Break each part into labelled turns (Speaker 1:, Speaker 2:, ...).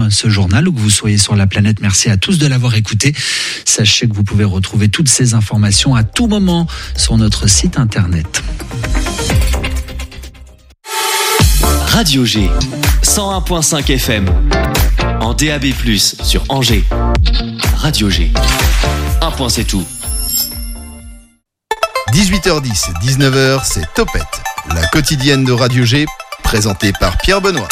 Speaker 1: ce journal, où que vous soyez sur la planète. Merci à tous de l'avoir écouté. Sachez que vous pouvez retrouver toutes ces informations à tout moment sur notre site internet.
Speaker 2: Radio G, 101.5 FM, en DAB+, sur Angers. Radio G, un point c'est tout.
Speaker 3: 18h10, 19h, c'est Topette, la quotidienne de Radio G, présentée par Pierre Benoît.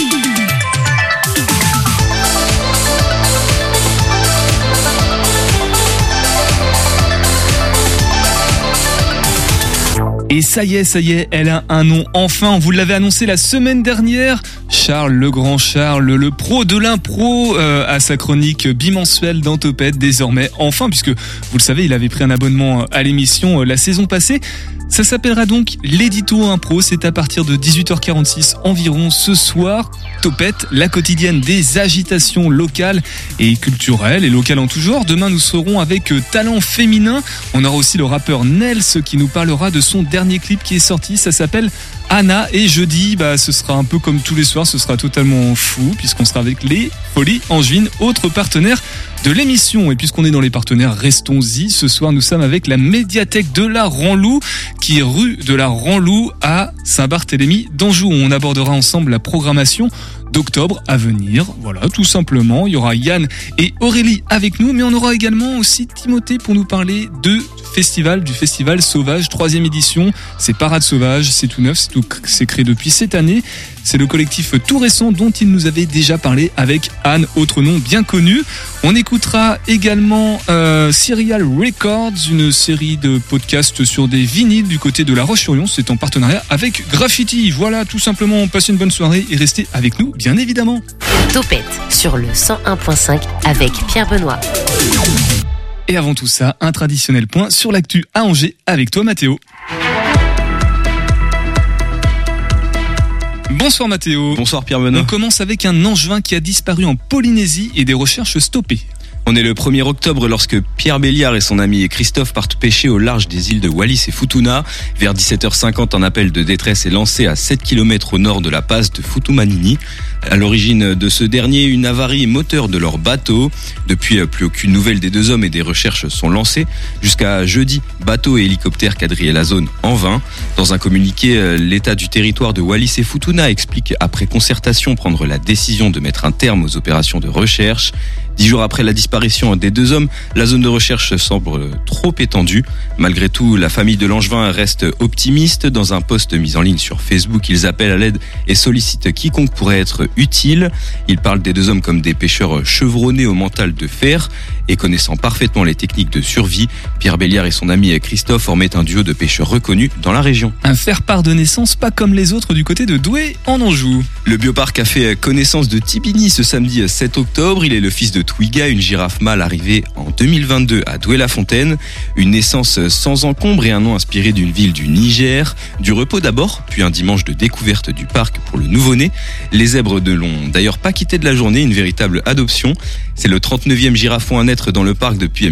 Speaker 4: Et ça y est, elle a un nom. Enfin, on vous l'avait annoncé la semaine dernière. Charles, le grand Charles, le pro de l'impro, à sa chronique bimensuelle dans Topette, désormais. Enfin, puisque, vous le savez, il avait pris un abonnement à l'émission la saison passée. Ça s'appellera donc l'édito impro. C'est à partir de 18h46 environ ce soir. Topette, la quotidienne des agitations locales et culturelles et locales en tout genre. Demain, nous serons avec Talent Féminin. On aura aussi le rappeur Nels qui nous parlera de son dernier clip qui est sorti. Ça s'appelle Anna. Et jeudi, ce sera un peu comme tous les soirs. Ce sera totalement fou puisqu'on sera avec les Folies Angevines, autres partenaires de l'émission. Et puisqu'on est dans les partenaires, restons-y. Ce soir, nous sommes avec la médiathèque de la Ranlou, qui est rue de la Ranlou à Saint-Barthélemy d'Anjou. On abordera ensemble la programmation d'octobre à venir. Voilà, tout simplement. Il y aura Yann et Aurélie avec nous, mais on aura également aussi Timothée pour nous parler du festival Sauvage, 3e édition. C'est Parade Sauvage, c'est tout neuf, c'est créé depuis cette année. C'est le collectif tout récent dont il nous avait déjà parlé avec Anne, autre nom bien connu. On écoutera également Serial Records, une série de podcasts sur des vinyles du côté de La Roche-sur-Yon. C'est en partenariat avec Graffiti. Voilà, tout simplement, passez une bonne soirée et restez avec nous, bien évidemment.
Speaker 5: Topette sur le 101.5 avec Pierre Benoît.
Speaker 4: Et avant tout ça, un traditionnel point sur l'actu à Angers avec toi Mathéo. Bonsoir Mathéo.
Speaker 6: Bonsoir Pierre Benoît.
Speaker 4: On commence avec un Angevin qui a disparu en Polynésie et des recherches stoppées.
Speaker 6: On est le 1er octobre lorsque Pierre Béliard et son ami Christophe partent pêcher au large des îles de Wallis et Futuna. Vers 17h50, un appel de détresse est lancé à 7 km au nord de la passe de Futumanini. À l'origine de ce dernier, une avarie moteur de leur bateau. Depuis, plus aucune nouvelle des deux hommes et des recherches sont lancées. Jusqu'à jeudi, bateaux et hélicoptères quadrillaient la zone en vain. Dans un communiqué, l'État du territoire de Wallis et Futuna explique après concertation prendre la décision de mettre un terme aux opérations de recherche. 10 jours après la disparition des deux hommes, la zone de recherche semble trop étendue. Malgré tout, la famille de Langevin reste optimiste. Dans un post mis en ligne sur Facebook, ils appellent à l'aide et sollicitent quiconque pourrait être utile. Ils parlent des deux hommes comme des pêcheurs chevronnés au mental de fer et connaissant parfaitement les techniques de survie. Pierre Béliard et son ami Christophe formaient un duo de pêcheurs reconnus dans la région.
Speaker 4: Un faire-part de naissance pas comme les autres du côté de Douai en Anjou.
Speaker 6: Le bioparc a fait connaissance de Tibini ce samedi 7 octobre. Il est le fils de Twiga, une girafe mâle arrivée en 2022 à Douai-la-Fontaine. Une naissance sans encombre et un nom inspiré d'une ville du Niger. Du repos d'abord, puis un dimanche de découverte du parc pour le nouveau-né. Les zèbres ne l'ont d'ailleurs pas quitté de la journée, une véritable adoption. C'est le 39e girafon à naître dans le parc depuis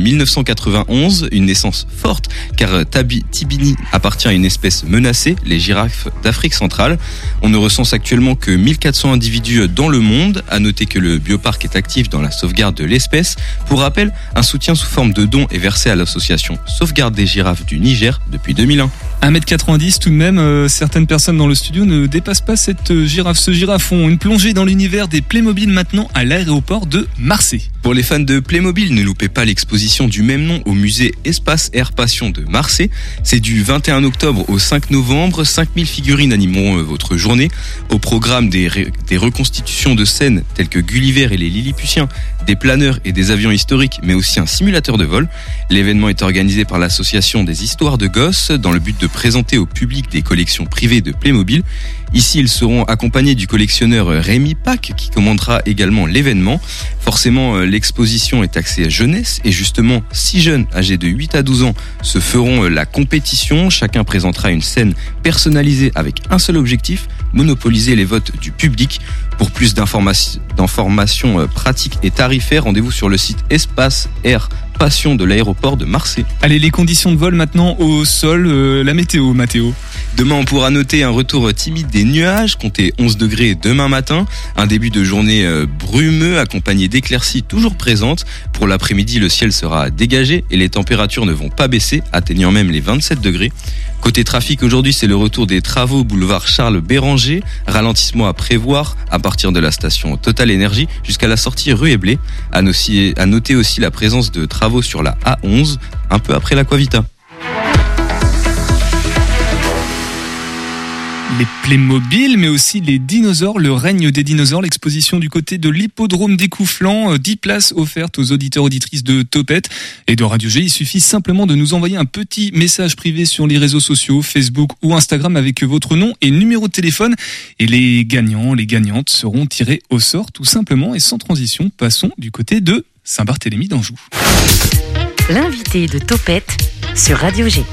Speaker 6: 1991. Une naissance forte car Tibini appartient à une espèce menacée, les girafes d'Afrique centrale. On ne recense actuellement que 1400 individus dans le monde. À noter que le bioparc est actif dans la sauvegarde de l'espèce. Pour rappel, un soutien sous forme de dons est versé à l'association Sauvegarde des girafes du Niger depuis 2001.
Speaker 4: 1m90 tout de même, certaines personnes dans le studio ne dépassent pas ce girafon. Une plongée dans l'univers des Playmobil maintenant à l'aéroport de Marseille.
Speaker 6: Pour les fans de Playmobil, ne loupez pas l'exposition du même nom au musée Espace Air Passion de Marseille. C'est du 21 octobre au 5 novembre. 5000 figurines animeront votre journée. Au programme des reconstitutions de scènes telles que Gulliver et les Lilliputiens, des planeurs et des avions historiques, mais aussi un simulateur de vol. L'événement est organisé par l'association des Histoires de Gosses dans le but de présenter au public des collections privées de Playmobil. Ici, ils seront accompagnés du collectionneur Rémi Pack qui commandera également l'événement. Forcément, l'exposition est axée à jeunesse et justement, 6 jeunes âgés de 8 à 12 ans se feront la compétition. Chacun présentera une scène personnalisée avec un seul objectif, monopoliser les votes du public. Pour plus d'informations pratiques et tarifaires, rendez-vous sur le site Espace Air Passion de l'aéroport de Marseille.
Speaker 4: Allez, les conditions de vol maintenant au sol, la météo, Mathéo.
Speaker 6: Demain, on pourra noter un retour timide des nuages, comptez 11 degrés demain matin. Un début de journée brumeux accompagné d'éclaircies toujours présentes. Pour l'après-midi, le ciel sera dégagé et les températures ne vont pas baisser, atteignant même les 27 degrés. Côté trafic, aujourd'hui, c'est le retour des travaux boulevard Charles Béranger. Ralentissement à prévoir à partir de la station Total Énergie jusqu'à la sortie rue Eblé. À noter aussi la présence de travaux sur la A11, un peu après l'Aquavita.
Speaker 4: Les Playmobil, mais aussi les dinosaures, le règne des dinosaures, l'exposition du côté de l'hippodrome d'Écouflant, 10 places offertes aux auditeurs auditrices de Topette et de Radio G. Il suffit simplement de nous envoyer un petit message privé sur les réseaux sociaux, Facebook ou Instagram avec votre nom et numéro de téléphone. Et les gagnants, les gagnantes seront tirés au sort tout simplement. Et sans transition, passons du côté de Saint-Barthélemy d'Anjou.
Speaker 5: L'invité de Topette sur Radio G.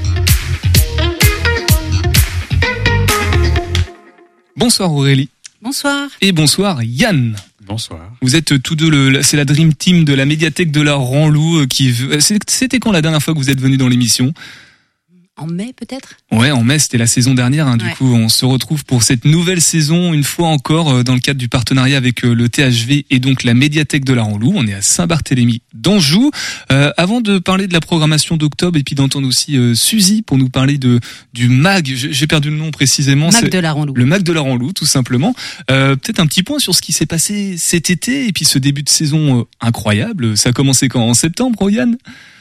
Speaker 4: Bonsoir Aurélie.
Speaker 7: Bonsoir.
Speaker 4: Et bonsoir Yann.
Speaker 8: Bonsoir.
Speaker 4: Vous êtes tous deux, c'est la Dream Team de la médiathèque de la Ranlou. C'était quand la dernière fois que vous êtes venus dans l'émission ?
Speaker 7: En mai peut-être ?
Speaker 4: Ouais, en mai, c'était la saison dernière. Du coup, on se retrouve pour cette nouvelle saison, une fois encore, dans le cadre du partenariat avec le THV et donc la médiathèque de la Ranlou. On est à Saint-Barthélemy d'Anjou. Avant de parler de la programmation d'octobre et puis d'entendre aussi Suzy pour nous parler du MAG, j'ai perdu le nom précisément.
Speaker 7: MAG de la Ranlou.
Speaker 4: Le MAG de la Ranlou, tout simplement. Peut-être un petit point sur ce qui s'est passé cet été et puis ce début de saison incroyable. Ça a commencé quand ? En septembre, Yann ?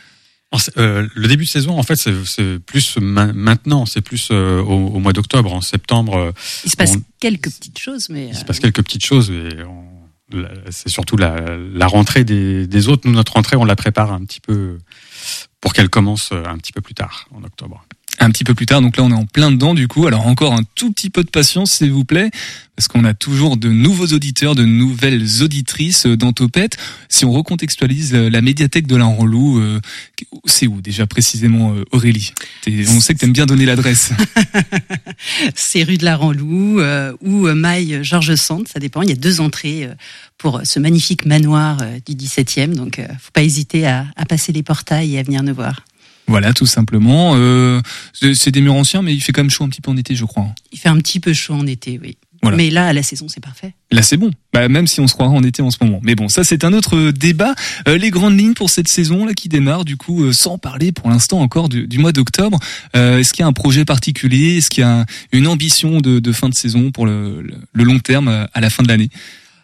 Speaker 8: Le début de saison, en fait, c'est plus maintenant, c'est plus au mois d'octobre, en septembre.
Speaker 7: Il se passe quelques petites choses, mais...
Speaker 8: Il se passe quelques petites choses, et c'est surtout la rentrée des autres. Nous, notre rentrée, on la prépare un petit peu pour qu'elle commence un petit peu plus tard, en octobre.
Speaker 4: Un petit peu plus tard, donc là on est en plein dedans du coup. Alors encore un tout petit peu de patience s'il vous plaît, parce qu'on a toujours de nouveaux auditeurs, de nouvelles auditrices dans Topette. Si on recontextualise la médiathèque de la Ranlou, c'est où déjà précisément Aurélie ? On sait que t'aimes bien donner l'adresse.
Speaker 7: C'est rue de la Ranlou ou Maille Georges Sand, ça dépend. Il y a 2 entrées pour ce magnifique manoir du 17e, donc faut pas hésiter à passer les portails et à venir nous voir.
Speaker 4: Voilà, tout simplement. C'est des murs anciens, mais il fait quand même chaud un petit peu en été, je crois.
Speaker 7: Il fait un petit peu chaud en été, oui. Voilà. Mais là, à la saison, c'est parfait.
Speaker 4: Là, c'est bon. Même si on se croirait en été en ce moment. Mais bon, ça, c'est un autre débat. Les grandes lignes pour cette saison là qui démarre, du coup, sans parler pour l'instant encore du mois d'octobre. Est-ce qu'il y a un projet particulier ? Est-ce qu'il y a une ambition de fin de saison pour le long terme à la fin de l'année ? Aurélie ?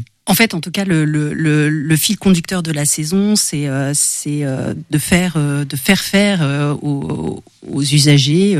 Speaker 7: En fait, en tout cas, le fil conducteur de la saison, c'est de faire faire aux usagers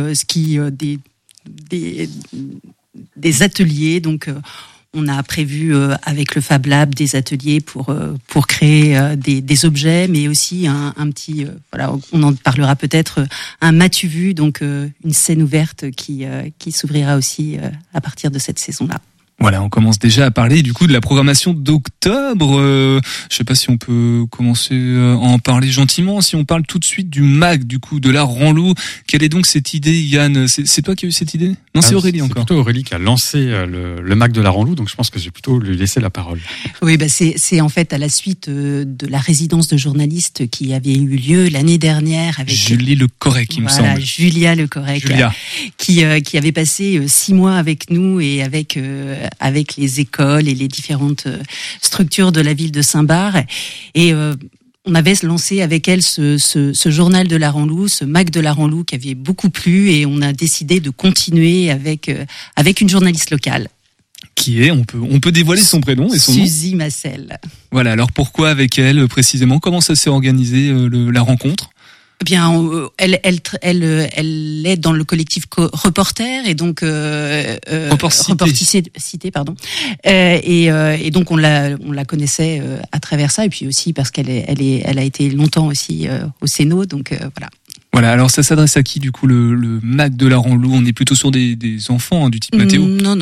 Speaker 7: des ateliers. Donc, on a prévu avec le Fab Lab des ateliers pour créer des objets, mais aussi un petit on en parlera peut-être, un M'as-tu vu, donc une scène ouverte qui s'ouvrira aussi à partir de cette saison-là.
Speaker 4: Voilà, on commence déjà à parler du coup de la programmation d'octobre. Je sais pas si on peut commencer à en parler gentiment. Si on parle tout de suite du MAG, du coup, de la Ranlou. Quelle est donc cette idée, Yann ? C'est toi qui as eu cette idée ? Non, c'est Aurélie encore.
Speaker 8: C'est plutôt Aurélie qui a lancé le MAG de la Ranlou, donc je pense que je vais plutôt lui laisser la parole.
Speaker 7: Oui, c'est en fait à la suite de la résidence de journalistes qui avait eu lieu l'année dernière avec
Speaker 4: Julie Le Correc, il me semble.
Speaker 7: Julia Le Correc, qui avait passé 6 mois avec nous et avec les écoles et les différentes structures de la ville de Saint-Barth. Et on avait lancé avec elle ce journal de la Ranlou, ce MAG de la Ranlou qui avait beaucoup plu, et on a décidé de continuer avec une journaliste locale.
Speaker 4: Qui est, on peut dévoiler son prénom et son nom.
Speaker 7: Suzy Massel.
Speaker 4: Voilà, alors pourquoi avec elle précisément ? Comment ça s'est organisé la rencontre ?
Speaker 7: Eh bien, elle est dans le collectif Reporter, et donc Reporticité, pardon. Et donc on la connaissait à travers ça, et puis aussi parce qu'elle a été longtemps aussi au Céno, donc voilà.
Speaker 4: Voilà, alors ça s'adresse à qui du coup le MAG de la Ranlou ? On est plutôt sur des enfants du type Mathéo ?
Speaker 7: Non,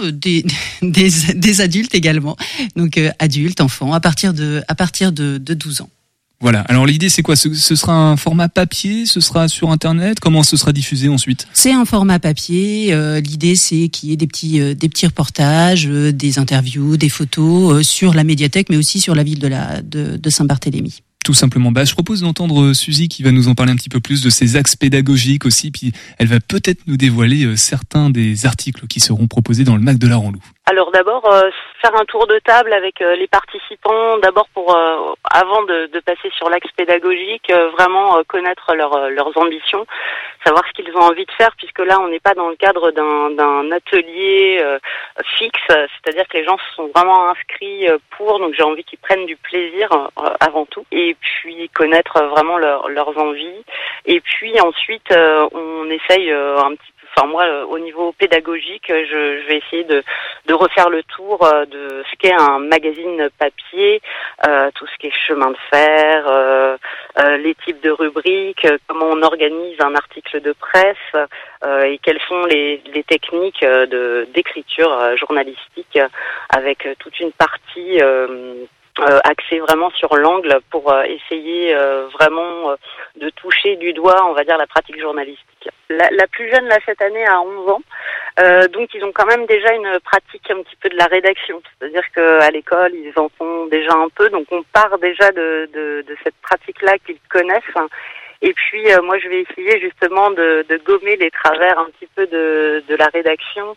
Speaker 7: des adultes également. Donc adultes, enfants, à partir de 12 ans.
Speaker 4: Voilà, alors l'idée c'est quoi ? Ce sera un format papier ? Ce sera sur internet ? Comment ce sera diffusé ensuite ?
Speaker 7: C'est un format papier. L'idée c'est qu'il y ait des petits reportages, des interviews, des photos sur la médiathèque, mais aussi sur la ville de Saint-Barthélemy.
Speaker 4: Tout simplement. Je propose d'entendre Suzy qui va nous en parler un petit peu plus de ses axes pédagogiques aussi, puis elle va peut-être nous dévoiler certains des articles qui seront proposés dans le MAC de la Ranlou.
Speaker 9: Alors d'abord, faire un tour de table avec les participants, d'abord pour, avant de passer sur l'axe pédagogique, vraiment connaître leurs ambitions, savoir ce qu'ils ont envie de faire, puisque là on n'est pas dans le cadre d'un atelier fixe, c'est-à-dire que les gens se sont vraiment inscrits donc j'ai envie qu'ils prennent du plaisir avant tout, et puis connaître vraiment leurs envies, et puis ensuite on essaye un petit peu. Enfin moi, au niveau pédagogique, je vais essayer de refaire le tour de ce qu'est un magazine papier, tout ce qui est chemin de fer, les types de rubriques, comment on organise un article de presse et quelles sont les techniques d'écriture journalistique, avec toute une partie axé vraiment sur l'angle pour essayer vraiment de toucher du doigt, on va dire, la pratique journalistique. La plus jeune, là, cette année, a 11 ans. Donc, ils ont quand même déjà une pratique un petit peu de la rédaction. C'est-à-dire qu'à l'école, ils en font déjà un peu. Donc, on part déjà de cette pratique-là qu'ils connaissent. Et puis, moi, je vais essayer justement de gommer les travers un petit peu de la rédaction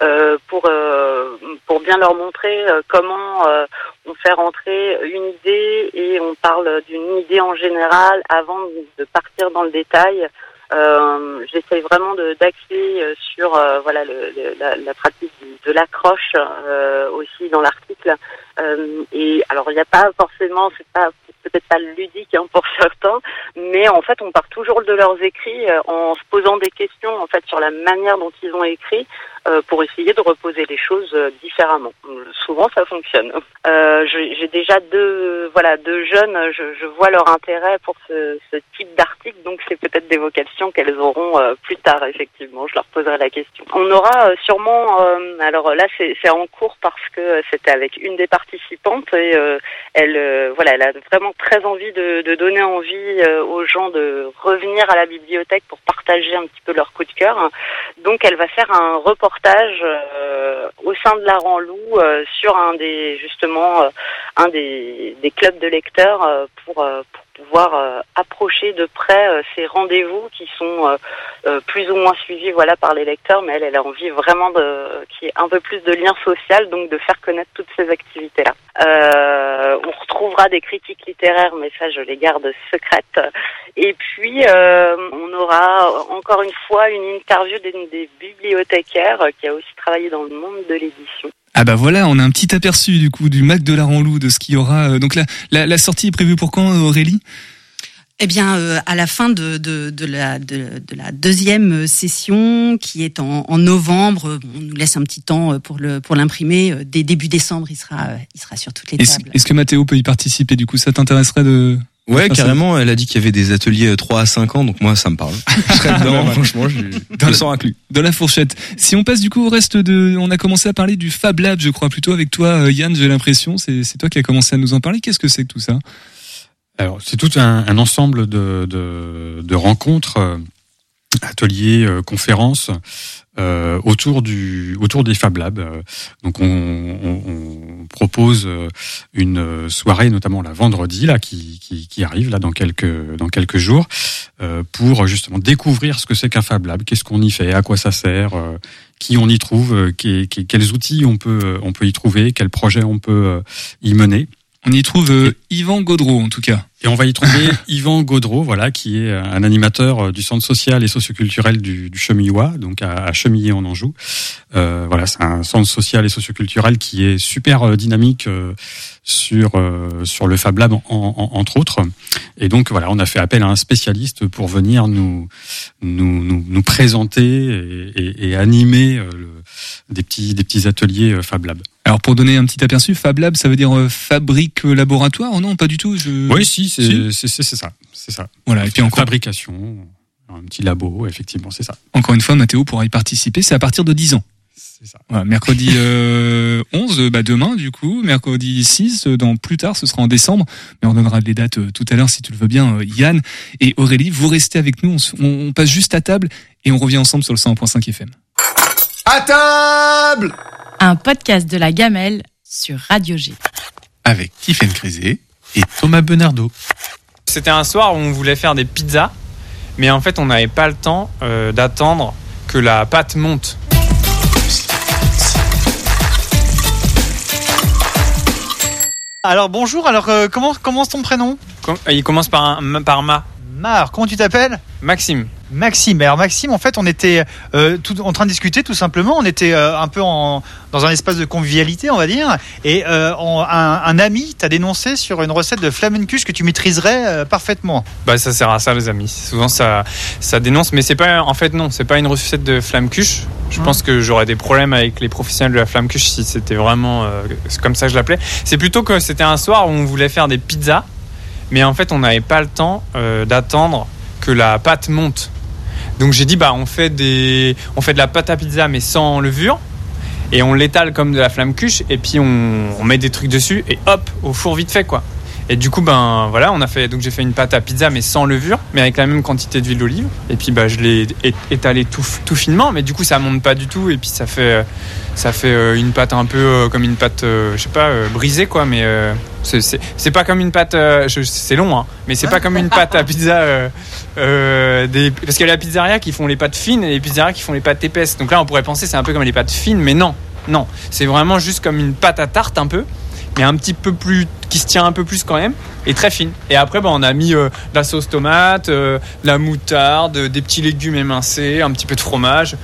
Speaker 9: pour bien leur montrer comment on fait rentrer une idée, et on parle d'une idée en général avant de partir dans le détail. J'essaye vraiment d'axer sur voilà la pratique de l'accroche aussi dans l'article. Et alors il n'y a pas forcément, c'est pas peut-être pas ludique pour certains, mais en fait on part toujours de leurs écrits en se posant des questions en fait sur la manière dont ils ont écrit pour essayer de reposer les choses différemment. Souvent ça fonctionne. J'ai déjà deux jeunes, je vois leur intérêt pour ce type d'article, donc c'est peut-être des vocations qu'elles auront plus tard, effectivement, je leur poserai la question. On aura sûrement, alors là c'est en cours parce que c'était avec une des participantes, et elle a vraiment très envie de donner envie aux gens de revenir à la bibliothèque pour partager un petit peu leur coup de cœur. Donc elle va faire un reportage au sein de la Ranlou sur un des clubs de lecteurs pour pouvoir approcher de près ces rendez-vous qui sont plus ou moins suivis par les lecteurs, mais elle a envie vraiment qu'il y ait un peu plus de lien social, donc de faire connaître toutes ces activités-là. On retrouvera des critiques littéraires, mais ça je les garde secrètes. Et puis on aura encore une fois une interview des bibliothécaires qui a aussi travaillé dans le monde de l'édition.
Speaker 4: Ah bah voilà, on a un petit aperçu du coup du MAC de la Ranlou, de ce qu'il y aura. Donc la sortie est prévue pour quand, Aurélie ?
Speaker 7: Eh bien, à la fin de la deuxième session, qui est en novembre, on nous laisse un petit temps pour l'imprimer. Dès début décembre, il sera sur toutes les tables.
Speaker 4: Est-ce que Mathéo peut y participer ? Du coup, ça t'intéresserait de...
Speaker 6: Ouais, carrément, elle a dit qu'il y avait des ateliers 3 à 5 ans, donc moi ça me parle. Je serais dedans, franchement, je me sens inclus.
Speaker 4: Dans la fourchette. Si on passe du coup au reste on a commencé à parler du Fab Lab, je crois, plutôt avec toi, Yann, j'ai l'impression. C'est toi qui as commencé à nous en parler. Qu'est-ce que c'est que tout ça ?
Speaker 8: Alors, c'est tout un ensemble de rencontres, ateliers, conférences, autour des Fab Labs. Donc on propose une soirée, notamment la vendredi là qui arrive là dans quelques jours, pour justement découvrir ce que c'est qu'un Fab Lab, qu'est-ce qu'on y fait, à quoi ça sert, qui on y trouve, quels outils on peut y trouver, quels projets on peut y mener.
Speaker 4: On y trouve Yvan Gaudreau, en tout cas.
Speaker 8: Et on va y trouver Yvan Gaudreau, qui est un animateur du centre social et socioculturel du Chemillois, donc à Chemillé en Anjou. C'est un centre social et socioculturel qui est super dynamique sur le Fab Lab entre autres. Et donc on a fait appel à un spécialiste pour venir nous présenter et animer des petits ateliers Fab Lab.
Speaker 4: Alors pour donner un petit aperçu, Fab Lab, ça veut dire fabrique laboratoire ? Non, pas du tout.
Speaker 8: Oui, c'est ça.
Speaker 4: Voilà. Et puis encore
Speaker 8: fabrication, un petit labo, effectivement, c'est ça.
Speaker 4: Encore une fois, Mathéo pourra y participer. C'est à partir de 10 ans.
Speaker 8: C'est ça.
Speaker 4: Voilà, mercredi 11, demain du coup, mercredi 6, plus tard, ce sera en décembre, mais on donnera les dates tout à l'heure si tu le veux bien, Yann et Aurélie. Vous restez avec nous, on passe juste à table et on revient ensemble sur le 101.5 FM.
Speaker 3: À table!
Speaker 10: Un podcast de la Gamelle sur Radio G.
Speaker 11: Avec Tiffaine Crisé et Thomas Benardo.
Speaker 10: c'était un soir où on voulait faire des pizzas, mais en fait on n'avait pas le temps d'attendre que la pâte monte.
Speaker 11: Alors bonjour, comment commence ton prénom ?
Speaker 10: Il commence par Ma.
Speaker 11: Mar, comment tu t'appelles ?
Speaker 10: Maxime.
Speaker 11: Alors Maxime, en fait on était en train de discuter tout simplement, on était un peu dans un espace de convivialité on va dire, et un ami t'a dénoncé sur une recette de flamencuche que tu maîtriserais parfaitement.
Speaker 10: Bah ça sert à ça les amis, souvent ça dénonce, mais c'est pas une recette de flamme-cuche. Je pense que j'aurais des problèmes avec les professionnels de la flamme-cuche si c'était vraiment comme ça que je l'appelais. C'est plutôt que c'était un soir où on voulait faire des pizzas, mais en fait on n'avait pas le temps d'attendre que la pâte monte. Donc j'ai dit on fait de la pâte à pizza mais sans levure et on l'étale comme de la flamme-cuche et puis on met des trucs dessus et hop au four vite fait quoi. Et du coup j'ai fait une pâte à pizza mais sans levure mais avec la même quantité d'huile d'olive et puis je l'ai étalé tout finement mais du coup ça monte pas du tout et puis ça fait une pâte un peu comme une pâte brisée quoi mais c'est pas comme une pâte c'est long hein mais c'est pas comme une pâte à pizza parce qu'il y a la pizzeria qui font les pâtes fines et les pizzerias qui font les pâtes épaisses donc là on pourrait penser c'est un peu comme les pâtes fines mais non c'est vraiment juste comme une pâte à tarte un peu mais un petit peu plus qui se tient un peu plus quand même et très fine et après on a mis de la sauce tomate la moutarde des petits légumes émincés un petit peu de fromage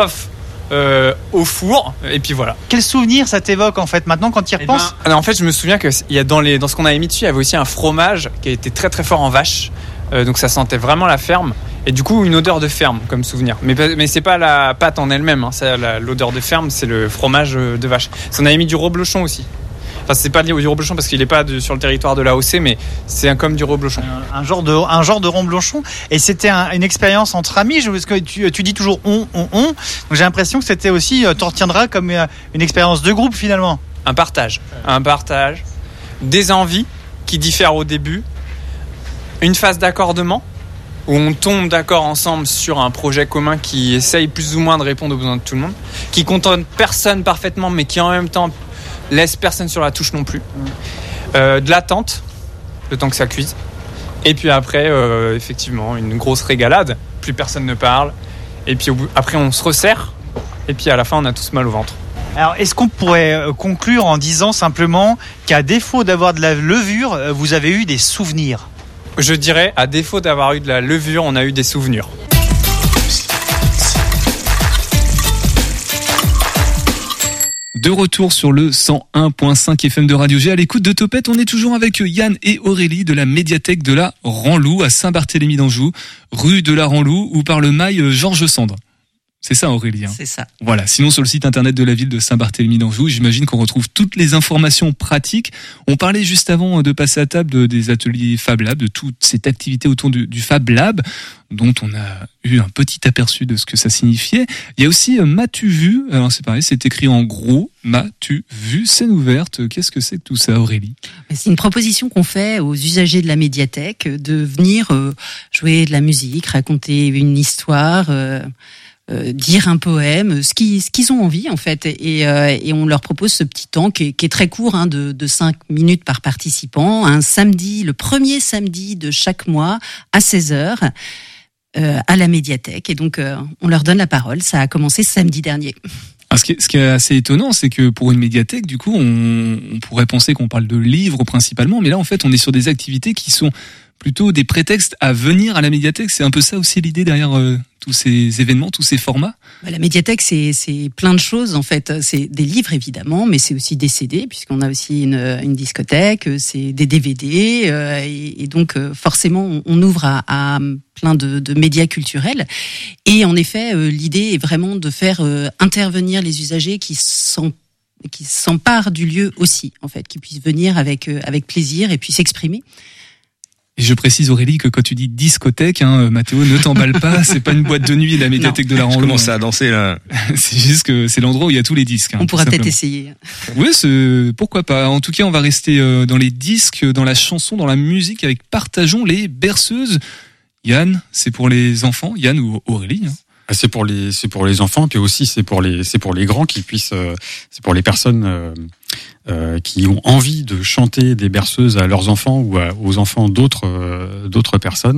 Speaker 10: au four et puis voilà.
Speaker 11: Quel souvenir ça t'évoque en fait maintenant quand tu y repenses?
Speaker 10: En fait je me souviens que il y a dans ce qu'on avait mis dessus il y avait aussi un fromage qui a été très très fort en vache donc ça sentait vraiment la ferme et du coup une odeur de ferme comme souvenir mais c'est pas la pâte en elle-même hein, l'odeur de ferme c'est le fromage de vache. On avait mis du reblochon aussi. Enfin, c'est pas du reblochon parce qu'il n'est pas sur le territoire de l'AOC, mais c'est comme du reblochon.
Speaker 11: Un genre de reblochon. Et c'était une expérience entre amis, parce que tu dis toujours on. Donc j'ai l'impression que c'était aussi, t'en retiendras comme une expérience de groupe finalement.
Speaker 10: Un partage, des envies qui diffèrent au début, une phase d'accordement où on tombe d'accord ensemble sur un projet commun qui essaye plus ou moins de répondre aux besoins de tout le monde, qui contente personne parfaitement, mais qui en même temps laisse personne sur la touche non plus. De l'attente, le temps que ça cuise. Et puis après, effectivement, une grosse régalade. Plus personne ne parle. Et puis après, on se resserre. Et puis à la fin, on a tous mal au ventre.
Speaker 11: Alors, est-ce qu'on pourrait conclure en disant simplement qu'à défaut d'avoir de la levure, vous avez eu des souvenirs ?
Speaker 10: Je dirais, à défaut d'avoir eu de la levure, on a eu des souvenirs.
Speaker 4: De retour sur le 101.5 FM de Radio G à l'écoute de Topette, on est toujours avec Yann et Aurélie de la médiathèque de la Ranlou à Saint-Barthélemy d'Anjou, rue de la Ranlou ou par le mail Georges Sand. C'est ça Aurélie.
Speaker 7: C'est ça.
Speaker 4: Voilà, sinon sur le site internet de la ville de Saint-Barthélemy d'Anjou, j'imagine qu'on retrouve toutes les informations pratiques. On parlait juste avant de passer à table des ateliers Fab Lab, de toute cette activité autour du Fab Lab, dont on a eu un petit aperçu de ce que ça signifiait. Il y a aussi M'as-tu vu ? Alors c'est pareil, c'est écrit en gros, M'as-tu vu ? Scène ouverte, qu'est-ce que c'est que tout ça Aurélie ?
Speaker 7: C'est une proposition qu'on fait aux usagers de la médiathèque de venir jouer de la musique, raconter une histoire, dire un poème, ce qu'ils ont envie en fait, et on leur propose ce petit temps qui est très court, de 5 minutes par participant, un samedi, le premier samedi de chaque mois à 16h à la médiathèque, et donc on leur donne la parole. Ça a commencé samedi dernier.
Speaker 4: Alors, ce qui est assez étonnant, c'est que pour une médiathèque, du coup, on pourrait penser qu'on parle de livres principalement, mais là en fait on est sur des activités qui sont plutôt des prétextes à venir à la médiathèque. C'est un peu ça aussi l'idée derrière tous ces événements, tous ces formats.
Speaker 7: La médiathèque, c'est plein de choses en fait. C'est des livres évidemment, mais c'est aussi des CD puisqu'on a aussi une discothèque, c'est des DVD et donc forcément on ouvre à plein de médias culturels. Et en effet, l'idée est vraiment de faire intervenir les usagers qui s'emparent du lieu aussi, en fait, qui puissent venir avec plaisir et puis s'exprimer.
Speaker 4: Et je précise Aurélie que quand tu dis discothèque, Mathéo, ne t'emballe pas, c'est pas une boîte de nuit, la médiathèque de la Ranlou.
Speaker 6: Je commence à danser là.
Speaker 4: C'est juste que c'est l'endroit où il y a tous les disques.
Speaker 7: On pourra peut-être essayer.
Speaker 4: Oui, pourquoi pas. En tout cas, on va rester dans les disques, dans la chanson, dans la musique avec Partageons les berceuses. Yann, c'est pour les enfants, Yann ou Aurélie
Speaker 8: C'est pour les enfants, puis aussi c'est pour les grands qui puissent, c'est pour les personnes qui ont envie de chanter des berceuses à leurs enfants ou aux enfants d'autres personnes.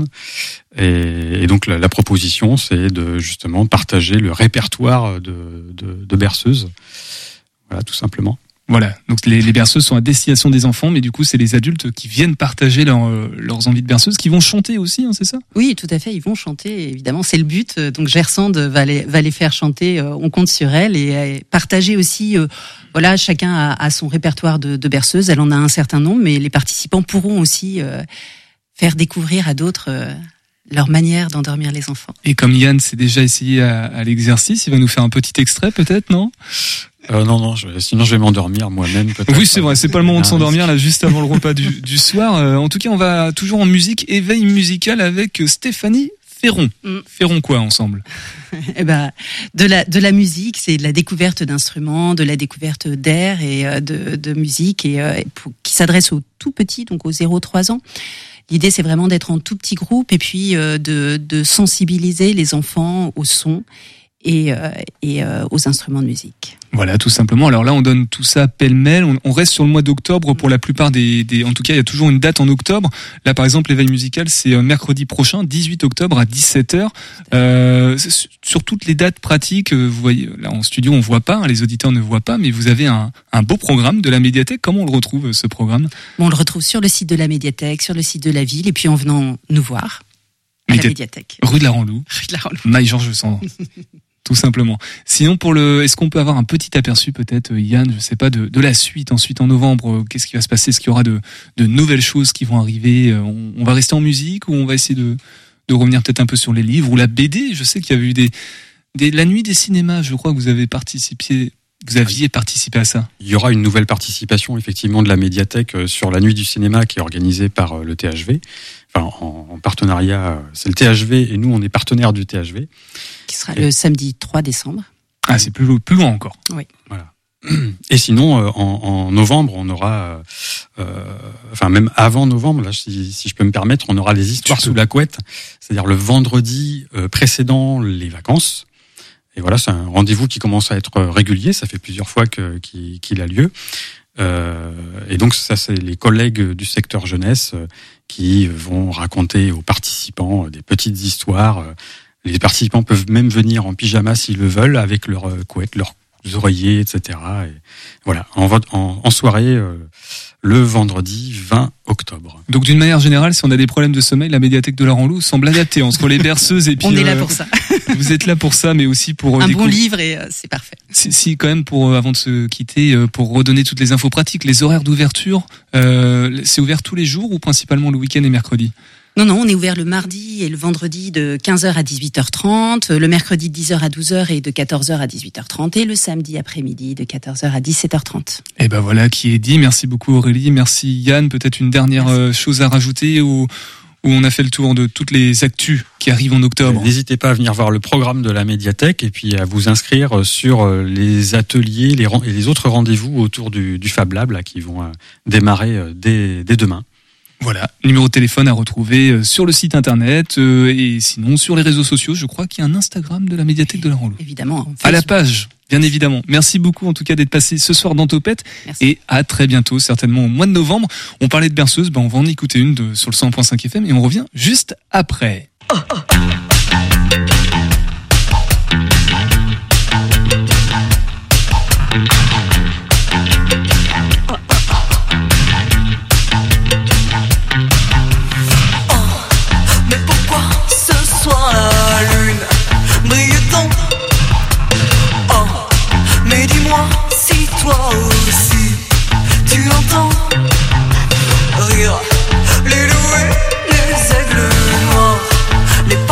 Speaker 8: Et donc la proposition, c'est de justement partager le répertoire de berceuses. Voilà, tout simplement.
Speaker 4: Voilà, donc les berceuses sont à destination des enfants, mais du coup c'est les adultes qui viennent partager leurs envies de berceuses, qui vont chanter aussi, hein, c'est ça ?
Speaker 7: Oui, tout à fait, ils vont chanter, évidemment, c'est le but. Donc Gersande va les faire chanter, on compte sur elle, et partager aussi, voilà, chacun a son répertoire de berceuses, elle en a un certain nombre, mais les participants pourront aussi faire découvrir à d'autres leur manière d'endormir les enfants.
Speaker 4: Et comme Yann s'est déjà essayé à l'exercice, il va nous faire un petit extrait peut-être, non ?
Speaker 8: Non, sinon je vais m'endormir moi-même. Peut-être.
Speaker 4: Oui, c'est vrai, c'est pas le moment de s'endormir là, juste avant le repas du soir. En tout cas, on va toujours en musique, éveil musical avec Stéphanie Ferron. Ferron quoi ensemble ?
Speaker 7: Eh ben, de la musique, c'est de la découverte d'instruments, de la découverte d'air et de musique, et qui s'adresse aux tout petits, donc aux 0-3 ans. L'idée, c'est vraiment d'être en tout petit groupe et puis de sensibiliser les enfants au son et aux instruments de musique.
Speaker 4: Voilà, tout simplement. Alors là, on donne tout ça pêle-mêle. On reste sur le mois d'octobre pour la plupart en tout cas, il y a toujours une date en octobre. Là, par exemple, l'éveil musical, c'est mercredi prochain, 18 octobre à 17h. Sur toutes les dates pratiques, vous voyez, là en studio, on voit pas, les auditeurs ne voient pas, mais vous avez un beau programme de la médiathèque. Comment on le retrouve, ce programme ?
Speaker 7: On le retrouve sur le site de la médiathèque, sur le site de la ville, et puis en venant nous voir à la médiathèque.
Speaker 4: Rue de la Ranlou. Maille-Georges Sand. Tout simplement. Sinon, est-ce qu'on peut avoir un petit aperçu, peut-être, Yann, je sais pas, de la suite ensuite en novembre? Qu'est-ce qui va se passer? Est-ce qu'il y aura de nouvelles choses qui vont arriver? On va rester en musique ou on va essayer de revenir peut-être un peu sur les livres ou la BD? Je sais qu'il y avait eu la nuit des cinémas. Je crois que vous aviez participé à ça. Il
Speaker 8: y aura une nouvelle participation effectivement de la médiathèque sur la nuit du cinéma qui est organisée par le THV. Enfin, en partenariat, c'est le THV et nous on est partenaires du THV.
Speaker 7: Qui sera le samedi 3 décembre.
Speaker 4: Ah, c'est plus loin encore.
Speaker 7: Oui.
Speaker 8: Voilà. Et sinon, en novembre, on aura, même avant novembre, là, si je peux me permettre, on aura les histoires sous la couette, c'est-à-dire le vendredi précédent les vacances. Et voilà, c'est un rendez-vous qui commence à être régulier. Ça fait plusieurs fois qu'il a lieu. Et donc, ça, c'est les collègues du secteur jeunesse qui vont raconter aux participants des petites histoires. Les participants peuvent même venir en pyjama s'ils le veulent, avec leurs couettes, leurs oreillers, etc. Et voilà, en soirée, le vendredi 20 octobre.
Speaker 4: Donc d'une manière générale, si on a des problèmes de sommeil, la médiathèque de la Ranlou semble adaptée entre les berceuses et puis...
Speaker 7: On est là pour ça.
Speaker 4: Vous êtes là pour ça, mais aussi pour...
Speaker 7: un bon livre et c'est parfait.
Speaker 4: Si quand même, avant de se quitter, pour redonner toutes les infos pratiques, les horaires d'ouverture, c'est ouvert tous les jours ou principalement le week-end et mercredi ?
Speaker 7: Non, on est ouvert le mardi et le vendredi de 15h à 18h30, le mercredi de 10h à 12h et de 14h à 18h30 et le samedi après-midi de 14h à 17h30.
Speaker 4: Et ben voilà qui est dit. Merci beaucoup Aurélie, merci Yann. Peut-être une dernière chose à rajouter où on a fait le tour de toutes les actus qui arrivent en octobre.
Speaker 8: N'hésitez pas à venir voir le programme de la médiathèque et puis à vous inscrire sur les ateliers et les autres rendez-vous autour du Fab Lab là, qui vont démarrer dès demain.
Speaker 4: Voilà, numéro de téléphone à retrouver sur le site internet et sinon sur les réseaux sociaux. Je crois qu'il y a un Instagram de la médiathèque de la Ranlou.
Speaker 7: Évidemment.
Speaker 4: À la page, bien évidemment. Merci beaucoup en tout cas d'être passé ce soir dans Topette.
Speaker 7: Merci.
Speaker 4: Et à très bientôt, certainement au mois de novembre. On parlait de berceuse, on va en écouter une sur le 100.5 FM et on revient juste après.
Speaker 12: Toi aussi, tu entends rire les loups et les aigles noirs, les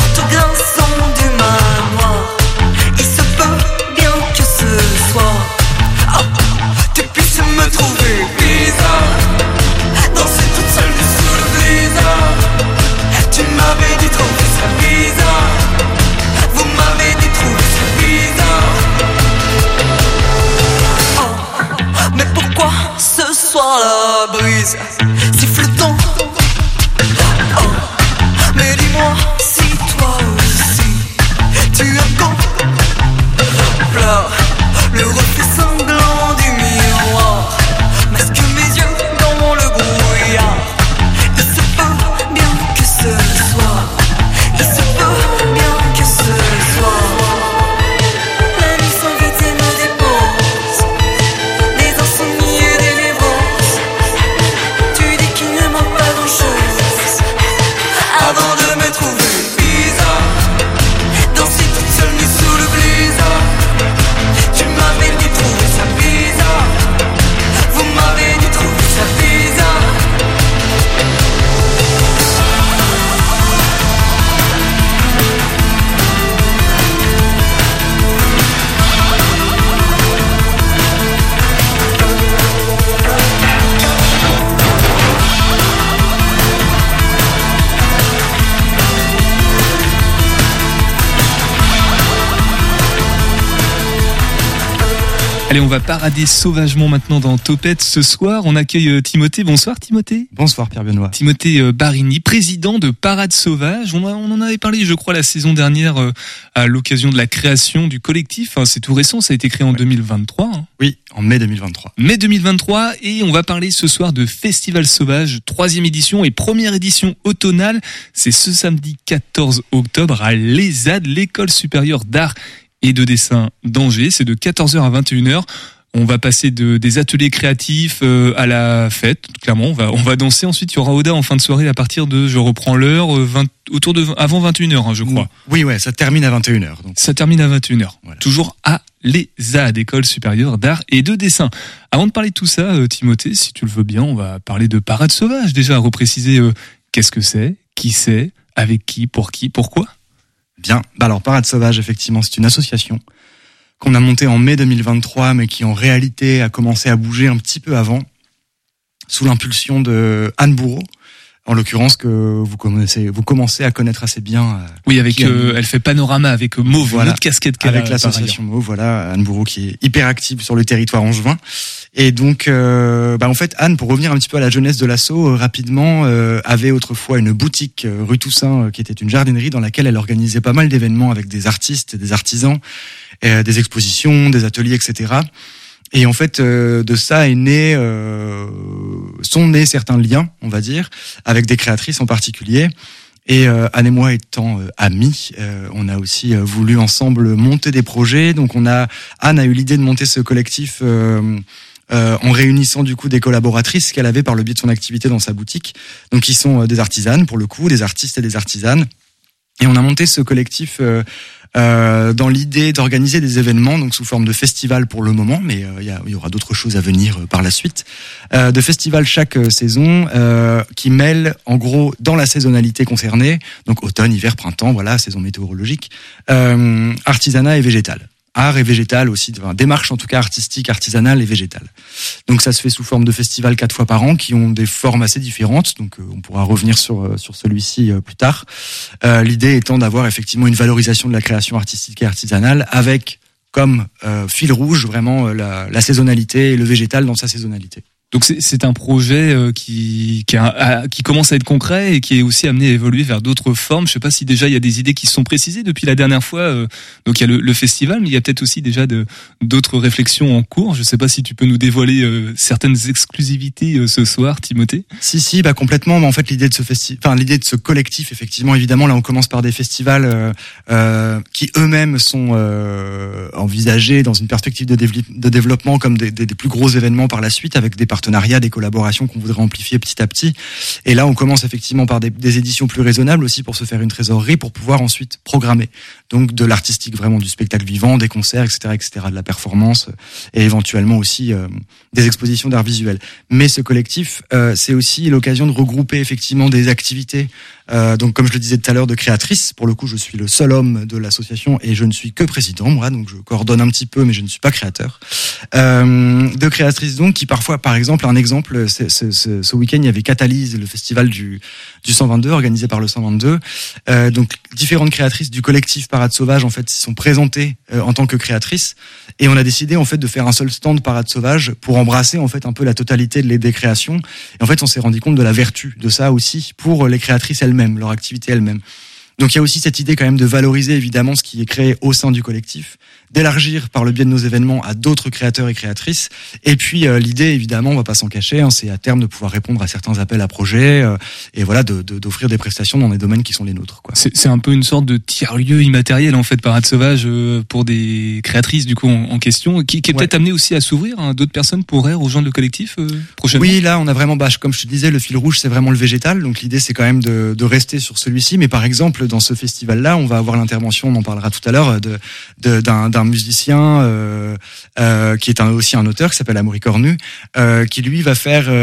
Speaker 4: Allez, on va parader sauvagement maintenant dans Topette. Ce soir, on accueille Timothée. Bonsoir Timothée.
Speaker 13: Bonsoir Pierre Benoît.
Speaker 4: Timothée Barini, président de Parade Sauvage. On en avait parlé, je crois, la saison dernière à l'occasion de la création du collectif. C'est tout récent, ça a été créé en 2023.
Speaker 13: Oui, en mai 2023.
Speaker 4: Mai 2023, et on va parler ce soir de Festival Sauvage, 3e édition et première édition automnale. C'est ce samedi 14 octobre à l'ESAD, l'École supérieure d'art et de dessin d'Angers. C'est de 14h à 21h. On va passer des ateliers créatifs à la fête. Clairement, on va danser. Ensuite, il y aura Oda en fin de soirée à partir de, je reprends l'heure, avant 21h, je crois.
Speaker 13: Oui, ouais, ça termine à 21h. Donc.
Speaker 4: Ça termine à 21h. Voilà. Toujours à l'ESAD, École supérieure d'art et de dessin. Avant de parler de tout ça, Timothée, si tu le veux bien, on va parler de Parade Sauvage. Déjà, repréciser qu'est-ce que c'est, qui c'est, avec qui, pourquoi.
Speaker 13: Bien. Alors, Parade Sauvage, effectivement, c'est une association qu'on a montée en mai 2023, mais qui en réalité a commencé à bouger un petit peu avant, sous l'impulsion de Anne Bourreau, en l'occurrence que vous commencez à connaître assez bien.
Speaker 4: Oui, avec elle fait Panorama avec Mauve,
Speaker 13: voilà,
Speaker 4: une autre casquette qu'elle a.
Speaker 13: Avec l'association Mauve, voilà, Anne Bourreau qui est hyper active sur le territoire angevin. Et donc, en fait, Anne, pour revenir un petit peu à la jeunesse de l'asso, rapidement, avait autrefois une boutique rue Toussaint, qui était une jardinerie dans laquelle elle organisait pas mal d'événements avec des artistes, des artisans, des expositions, des ateliers, etc. Et en fait, de ça sont nés certains liens, on va dire, avec des créatrices en particulier. Et Anne et moi étant amis, on a aussi voulu ensemble monter des projets. Donc Anne a eu l'idée de monter ce collectif en réunissant du coup des collaboratrices qu'elle avait par le biais de son activité dans sa boutique. Donc qui sont des artisanes pour le coup, des artistes et des artisanes. Et on a monté ce collectif dans l'idée d'organiser des événements, donc sous forme de festival pour le moment, mais il y aura d'autres choses à venir par la suite, de festival chaque saison qui mêle en gros dans la saisonnalité concernée, donc automne, hiver, printemps, voilà, saison météorologique, artisanat et végétal. Art et végétal aussi, démarche en tout cas artistique, artisanale et végétale. Donc ça se fait sous forme de festivals 4 fois par an qui ont des formes assez différentes. Donc on pourra revenir sur celui-ci plus tard. L'idée étant d'avoir effectivement une valorisation de la création artistique et artisanale avec comme fil rouge vraiment la saisonnalité et le végétal dans sa saisonnalité.
Speaker 4: Donc c'est un projet qui commence à être concret et qui est aussi amené à évoluer vers d'autres formes. Je sais pas si déjà il y a des idées qui se sont précisées depuis la dernière fois. Donc il y a le festival, mais il y a peut-être aussi déjà d'autres réflexions en cours. Je sais pas si tu peux nous dévoiler certaines exclusivités ce soir, Timothée.
Speaker 13: Si, complètement. En fait, l'idée de ce collectif, effectivement, évidemment, là on commence par des festivals qui eux-mêmes sont envisagés dans une perspective de développement comme des plus gros événements par la suite avec des partenariats, des collaborations qu'on voudrait amplifier petit à petit. Et là, on commence effectivement par des éditions plus raisonnables aussi pour se faire une trésorerie, pour pouvoir ensuite programmer. Donc de l'artistique, vraiment du spectacle vivant, des concerts, etc., de la performance et éventuellement aussi des expositions d'art visuel. Mais ce collectif, c'est aussi l'occasion de regrouper effectivement des activités. Donc comme je le disais tout à l'heure, de créatrices. Pour le coup, je suis le seul homme de l'association et je ne suis que président, moi, donc je coordonne un petit peu, mais je ne suis pas créateur. De créatrices donc qui parfois, par exemple, ce week-end, il y avait Catalyse, le festival du 122 organisé par le 122. Donc différentes créatrices du collectif Parade Sauvage en fait s'y sont présentées en tant que créatrices et on a décidé en fait de faire un seul stand Parade Sauvage pour embrasser en fait un peu la totalité des créations. Et en fait, on s'est rendu compte de la vertu de ça aussi pour les créatrices elles-mêmes, leur activité elles-mêmes. Donc il y a aussi cette idée quand même de valoriser évidemment ce qui est créé au sein du collectif, d'élargir par le biais de nos événements à d'autres créateurs et créatrices. Et puis l'idée évidemment, on va pas s'en cacher, c'est à terme de pouvoir répondre à certains appels à projets et voilà d'offrir des prestations dans des domaines qui sont les nôtres, quoi.
Speaker 4: C'est un peu une sorte de tiers-lieu immatériel en fait, Parade Sauvage pour des créatrices du coup en question, qui est peut-être amené aussi à s'ouvrir. D'autres personnes pourraient rejoindre le collectif prochainement.
Speaker 13: Oui, là on a vraiment, comme je te disais, le fil rouge c'est vraiment le végétal. Donc l'idée c'est quand même de rester sur celui-ci, mais par exemple dans ce festival-là, on va avoir l'intervention, on en parlera tout à l'heure, d'un musicien qui est aussi un auteur qui s'appelle Amaury Cornu, qui lui va faire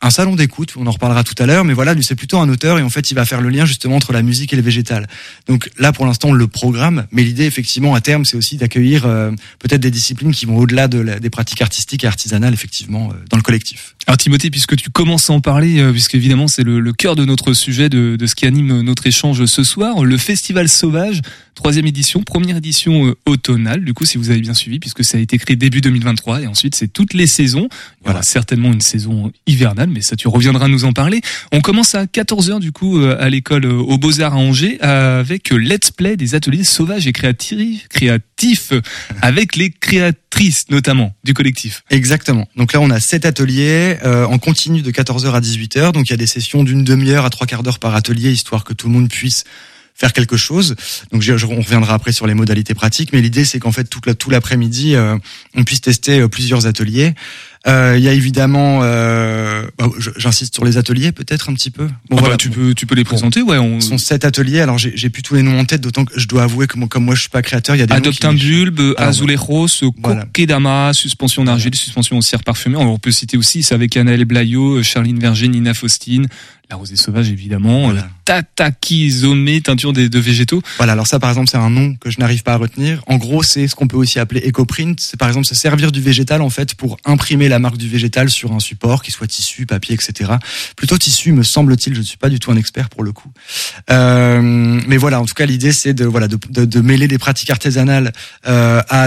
Speaker 13: un salon d'écoute, on en reparlera tout à l'heure, mais voilà, lui c'est plutôt un auteur et en fait il va faire le lien justement entre la musique et le végétal. Donc là pour l'instant on le programme, mais l'idée effectivement à terme c'est aussi d'accueillir peut-être des disciplines qui vont au-delà des pratiques artistiques et artisanales effectivement dans le collectif.
Speaker 4: Alors Timothée, puisque tu commences à en parler, puisque évidemment c'est le cœur de notre sujet, de ce qui anime notre échange ce soir, le Festival Sauvage, 3e édition, première édition automnale, du coup si vous avez bien suivi, puisque ça a été créé début 2023 et ensuite c'est toutes les saisons. Il y aura certainement une saison hivernale, mais ça tu reviendras nous en parler. On commence à 14h du coup à l'école aux Beaux-Arts à Angers avec Let's Play, des ateliers sauvages et créatifs avec les créatrices notamment du collectif.
Speaker 13: Exactement. Donc là on a 7 ateliers en continu de 14h à 18h, donc il y a des sessions d'une demi-heure à 3/4 d'heure par atelier, histoire que tout le monde puisse faire quelque chose. Donc on reviendra après sur les modalités pratiques, mais l'idée c'est qu'en fait tout l'après-midi on puisse tester plusieurs ateliers. Il y a évidemment, j'insiste sur les ateliers peut-être un petit peu.
Speaker 4: Bon, voilà, tu peux les présenter, ouais.
Speaker 13: Ce sont 7 ateliers. Alors j'ai plus tous les noms en tête, d'autant que je dois avouer que comme moi je suis pas créateur, il y a des
Speaker 4: Adopte un bulbe, Azulejos, Kokedama, suspension d'argile, suspension en cire parfumée. On peut citer aussi, c'est avec Anaëlle Blaillot, Charline Verger, Nina Faustine. La rosée sauvage, évidemment. Voilà. Tatakizome, teinture de végétaux.
Speaker 13: Voilà, alors ça, par exemple, c'est un nom que je n'arrive pas à retenir. En gros, c'est ce qu'on peut aussi appeler écoprint. C'est, par exemple, se servir du végétal, en fait, pour imprimer la marque du végétal sur un support, qui soit tissu, papier, etc. Plutôt tissu, me semble-t-il. Je ne suis pas du tout un expert pour le coup. Mais voilà, en tout cas, l'idée, c'est de mêler des pratiques artisanales, à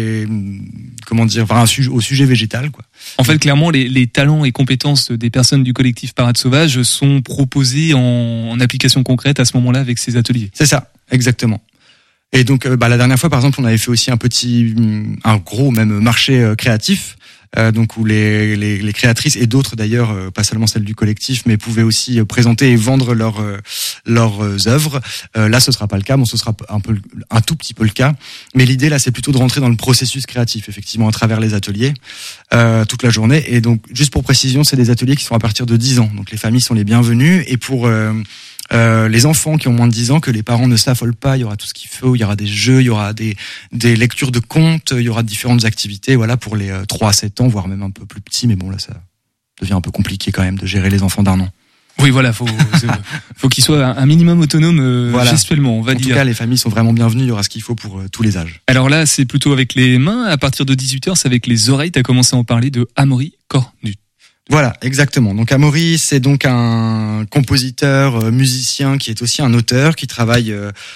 Speaker 13: au sujet végétal, quoi.
Speaker 4: En fait, clairement, les talents et compétences des personnes du collectif Parade Sauvage sont proposés en application concrète à ce moment-là avec ces ateliers.
Speaker 13: C'est ça, exactement. Et donc, la dernière fois, par exemple, on avait fait aussi un gros même marché créatif. Donc où les créatrices et d'autres d'ailleurs, pas seulement celles du collectif, mais pouvaient aussi présenter et vendre leurs œuvres. Là, ce sera pas le cas, bon, ce sera un tout petit peu le cas. Mais l'idée là, c'est plutôt de rentrer dans le processus créatif, effectivement, à travers les ateliers toute la journée. Et donc, juste pour précision, c'est des ateliers qui sont à partir de 10 ans. Donc les familles sont les bienvenues. Et pour les enfants qui ont moins de 10 ans, que les parents ne s'affolent pas, il y aura tout ce qu'il faut, il y aura des jeux, il y aura des lectures de contes, il y aura différentes activités, voilà, pour les 3 à 7 ans, voire même un peu plus petits, mais bon, là, ça devient un peu compliqué quand même de gérer les enfants d'1 an.
Speaker 4: Oui, voilà, faut qu'ils soient un minimum autonomes gestuellement, on va dire.
Speaker 13: En tout cas, les familles sont vraiment bienvenues, il y aura ce qu'il faut pour tous les âges.
Speaker 4: Alors là, c'est plutôt avec les mains, à partir de 18h, c'est avec les oreilles, t'as commencé à en parler de Amaury Cornu.
Speaker 13: Voilà, exactement. Donc Amaury, c'est donc un compositeur, musicien qui est aussi un auteur, qui travaille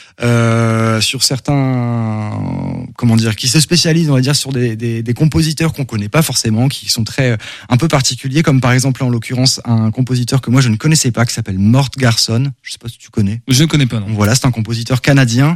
Speaker 13: sur certains, qui se spécialise, on va dire, sur des compositeurs qu'on connaît pas forcément, qui sont un peu particuliers, comme par exemple en l'occurrence un compositeur que moi je ne connaissais pas, qui s'appelle Mort Garson. Je sais pas si tu connais.
Speaker 4: Je ne connais pas, non.
Speaker 13: Donc voilà, c'est un compositeur canadien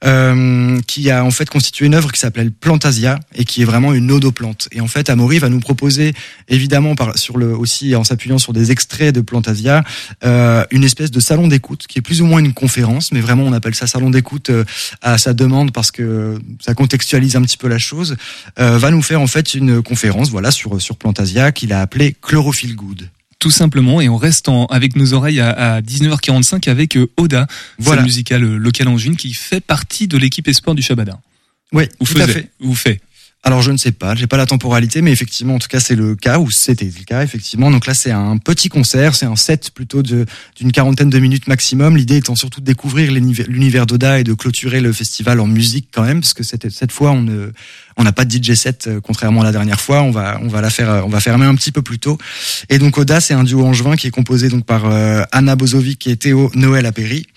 Speaker 13: qui a en fait constitué une œuvre qui s'appelle Plantasia et qui est vraiment une ode aux plantes. Et en fait, Amaury va nous proposer, évidemment, aussi en s'appuyant sur des extraits de Plantasia, une espèce de salon d'écoute qui est plus ou moins une conférence, mais vraiment on appelle ça salon d'écoute à sa demande parce que ça contextualise un petit peu la chose. Va nous faire en fait une conférence, voilà, sur Plantasia qu'il a appelée Chlorophyll Good.
Speaker 4: Tout simplement, et on reste avec nos oreilles à 19h45 avec Oda,
Speaker 13: voilà,
Speaker 4: scène musicale locale angevine qui fait partie de l'équipe espoir du Chabadin.
Speaker 13: Oui, tout à fait.
Speaker 4: Ou fait.
Speaker 13: Alors je ne sais pas, j'ai pas la temporalité, mais effectivement, en tout cas, c'est le cas, ou c'était le cas, effectivement. Donc là, c'est un petit concert, c'est un set plutôt d'une 40aine de minutes maximum. L'idée étant surtout de découvrir l'univers d'Oda et de clôturer le festival en musique quand même, parce que cette fois, on n'a pas de DJ set, contrairement à la dernière fois. On va fermer un petit peu plus tôt. Et donc Oda, c'est un duo angevin qui est composé donc par Anna Bozovic et Théo Noël Apéry.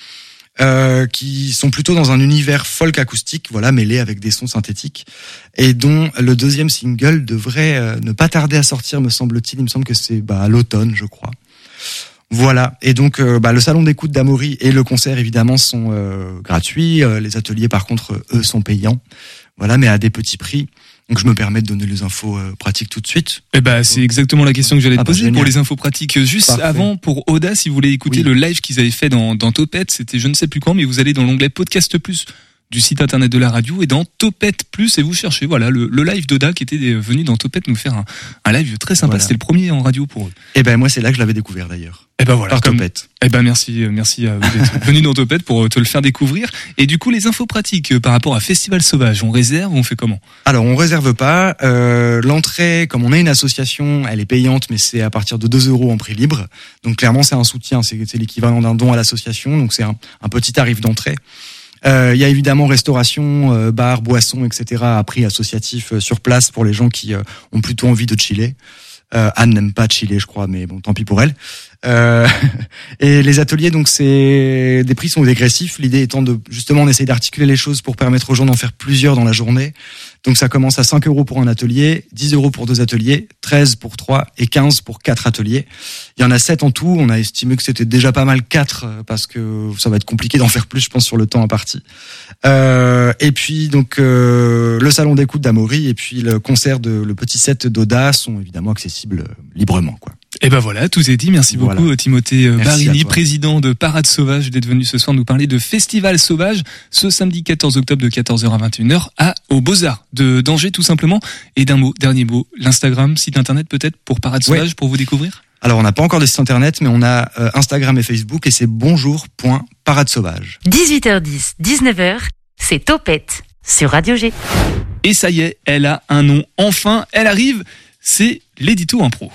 Speaker 13: Qui sont plutôt dans un univers folk acoustique, voilà, mêlé avec des sons synthétiques, et dont le deuxième single devrait ne pas tarder à sortir, me semble-t-il. Il me semble que c'est à l'automne, je crois. Voilà. Et donc, le salon d'écoute d'Amaury et le concert, évidemment, sont gratuits. Les ateliers, par contre, eux, sont payants. Voilà, mais à des petits prix. Donc je me permets de donner les infos pratiques tout de suite.
Speaker 4: C'est exactement la question que j'allais te poser pour les infos pratiques. Juste parfait. Avant, pour Oda, si vous voulez écouter le live qu'ils avaient fait dans Topette, c'était je ne sais plus quand, mais vous allez dans l'onglet Podcast Plus du site internet de la radio et dans Topette Plus, et vous cherchez le live d'Oda qui était venu dans Topette nous faire un live très sympa. C'était le premier en radio pour eux.
Speaker 13: Et ben moi c'est là que je l'avais découvert d'ailleurs.
Speaker 4: Et ben voilà,
Speaker 13: par Topette.
Speaker 4: Eh ben merci à vous d'être venu dans Topette pour te le faire découvrir. Et du coup, les infos pratiques par rapport à Festival Sauvage, on réserve ou on fait comment? Alors
Speaker 13: on réserve pas. L'entrée, comme on est une association, elle est payante, mais c'est à partir de 2 € en prix libre. Donc clairement c'est un soutien, c'est l'équivalent d'un don à l'association. Donc c'est un petit tarif d'entrée. Il y a évidemment restauration, bar, boissons, etc. à prix associatif sur place pour les gens qui ont plutôt envie de chiller. Anne n'aime pas chiller, je crois, mais bon, tant pis pour elle. Et les ateliers, donc des prix sont dégressifs. L'idée étant de justement d'essayer d'articuler les choses pour permettre aux gens d'en faire plusieurs dans la journée. Donc ça commence à 5 € pour un atelier, 10 € pour 2 ateliers, 13 pour 3 et 15 pour 4 ateliers. Il y en a 7 en tout. On a estimé que c'était déjà pas mal 4 parce que ça va être compliqué d'en faire plus, je pense, sur le temps imparti. Et puis donc le salon d'écoute d'Amaury et puis le petit set d'Oda sont évidemment accessibles librement, quoi.
Speaker 4: Et ben voilà, tout est dit. Merci beaucoup Timothée Barini, président de Parade Sauvage, d'être venu ce soir nous parler de Festival Sauvage ce samedi 14 octobre de 14h à 21h aux Beaux-Arts de d'Angers tout simplement. Et dernier mot, l'Instagram, site internet peut-être pour Parade Sauvage pour vous découvrir.
Speaker 13: Alors on n'a pas encore de site internet, mais on a Instagram et Facebook et c'est bonjour.paradesauvage.
Speaker 5: 18h10, 19h, c'est Topette sur Radio G.
Speaker 4: Et ça y est, elle a un nom. Enfin, elle arrive. C'est l'édito impro.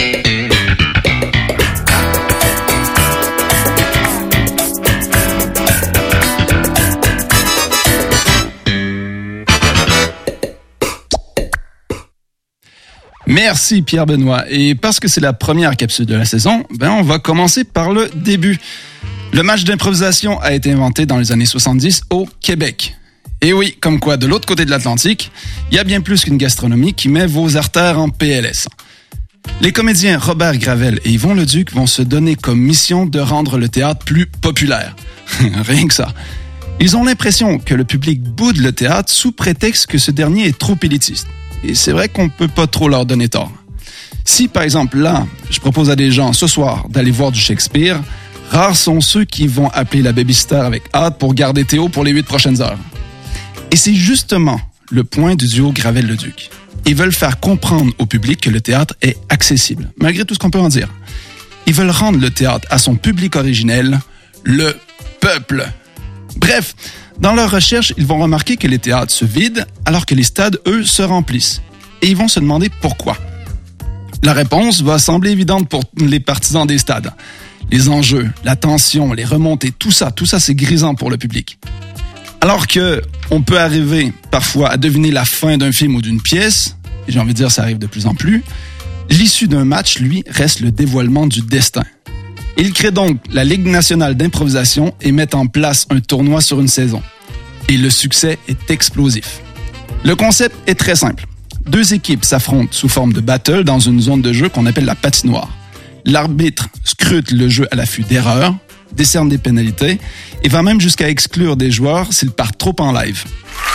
Speaker 14: Merci Pierre Benoît. Et parce que c'est la première capsule de la saison, on va commencer par le début. Le match d'improvisation a été inventé dans les années 70 au Québec. Et oui, comme quoi, de l'autre côté de l'Atlantique, il y a bien plus qu'une gastronomie qui met vos artères en PLS. Les comédiens Robert Gravel et Yvon Leduc vont se donner comme mission de rendre le théâtre plus populaire. Rien que ça. Ils ont l'impression que le public boude le théâtre sous prétexte que ce dernier est trop élitiste. Et c'est vrai qu'on peut pas trop leur donner tort. Si, par exemple, là, je propose à des gens ce soir d'aller voir du Shakespeare, rares sont ceux qui vont appeler la babysitter avec hâte pour garder Théo pour les 8 prochaines heures. Et c'est justement le point du duo Gravel-Leduc. Ils veulent faire comprendre au public que le théâtre est accessible, malgré tout ce qu'on peut en dire. Ils veulent rendre le théâtre à son public originel, le peuple. Bref, dans leur recherche, ils vont remarquer que les théâtres se vident alors que les stades, eux, se remplissent. Et ils vont se demander pourquoi. La réponse va sembler évidente pour les partisans des stades. Les enjeux, la tension, les remontées, tout ça c'est grisant pour le public. Alors que on peut arriver parfois à deviner la fin d'un film ou d'une pièce, et j'ai envie de dire ça arrive de plus en plus, l'issue d'un match, lui, reste le dévoilement du destin. Il crée donc la Ligue nationale d'improvisation et met en place un tournoi sur une saison. Et le succès est explosif. Le concept est très simple. 2 équipes s'affrontent sous forme de battle dans une zone de jeu qu'on appelle la patinoire. L'arbitre scrute le jeu à l'affût d'erreurs, décerne des pénalités et va même jusqu'à exclure des joueurs s'ils partent trop en live.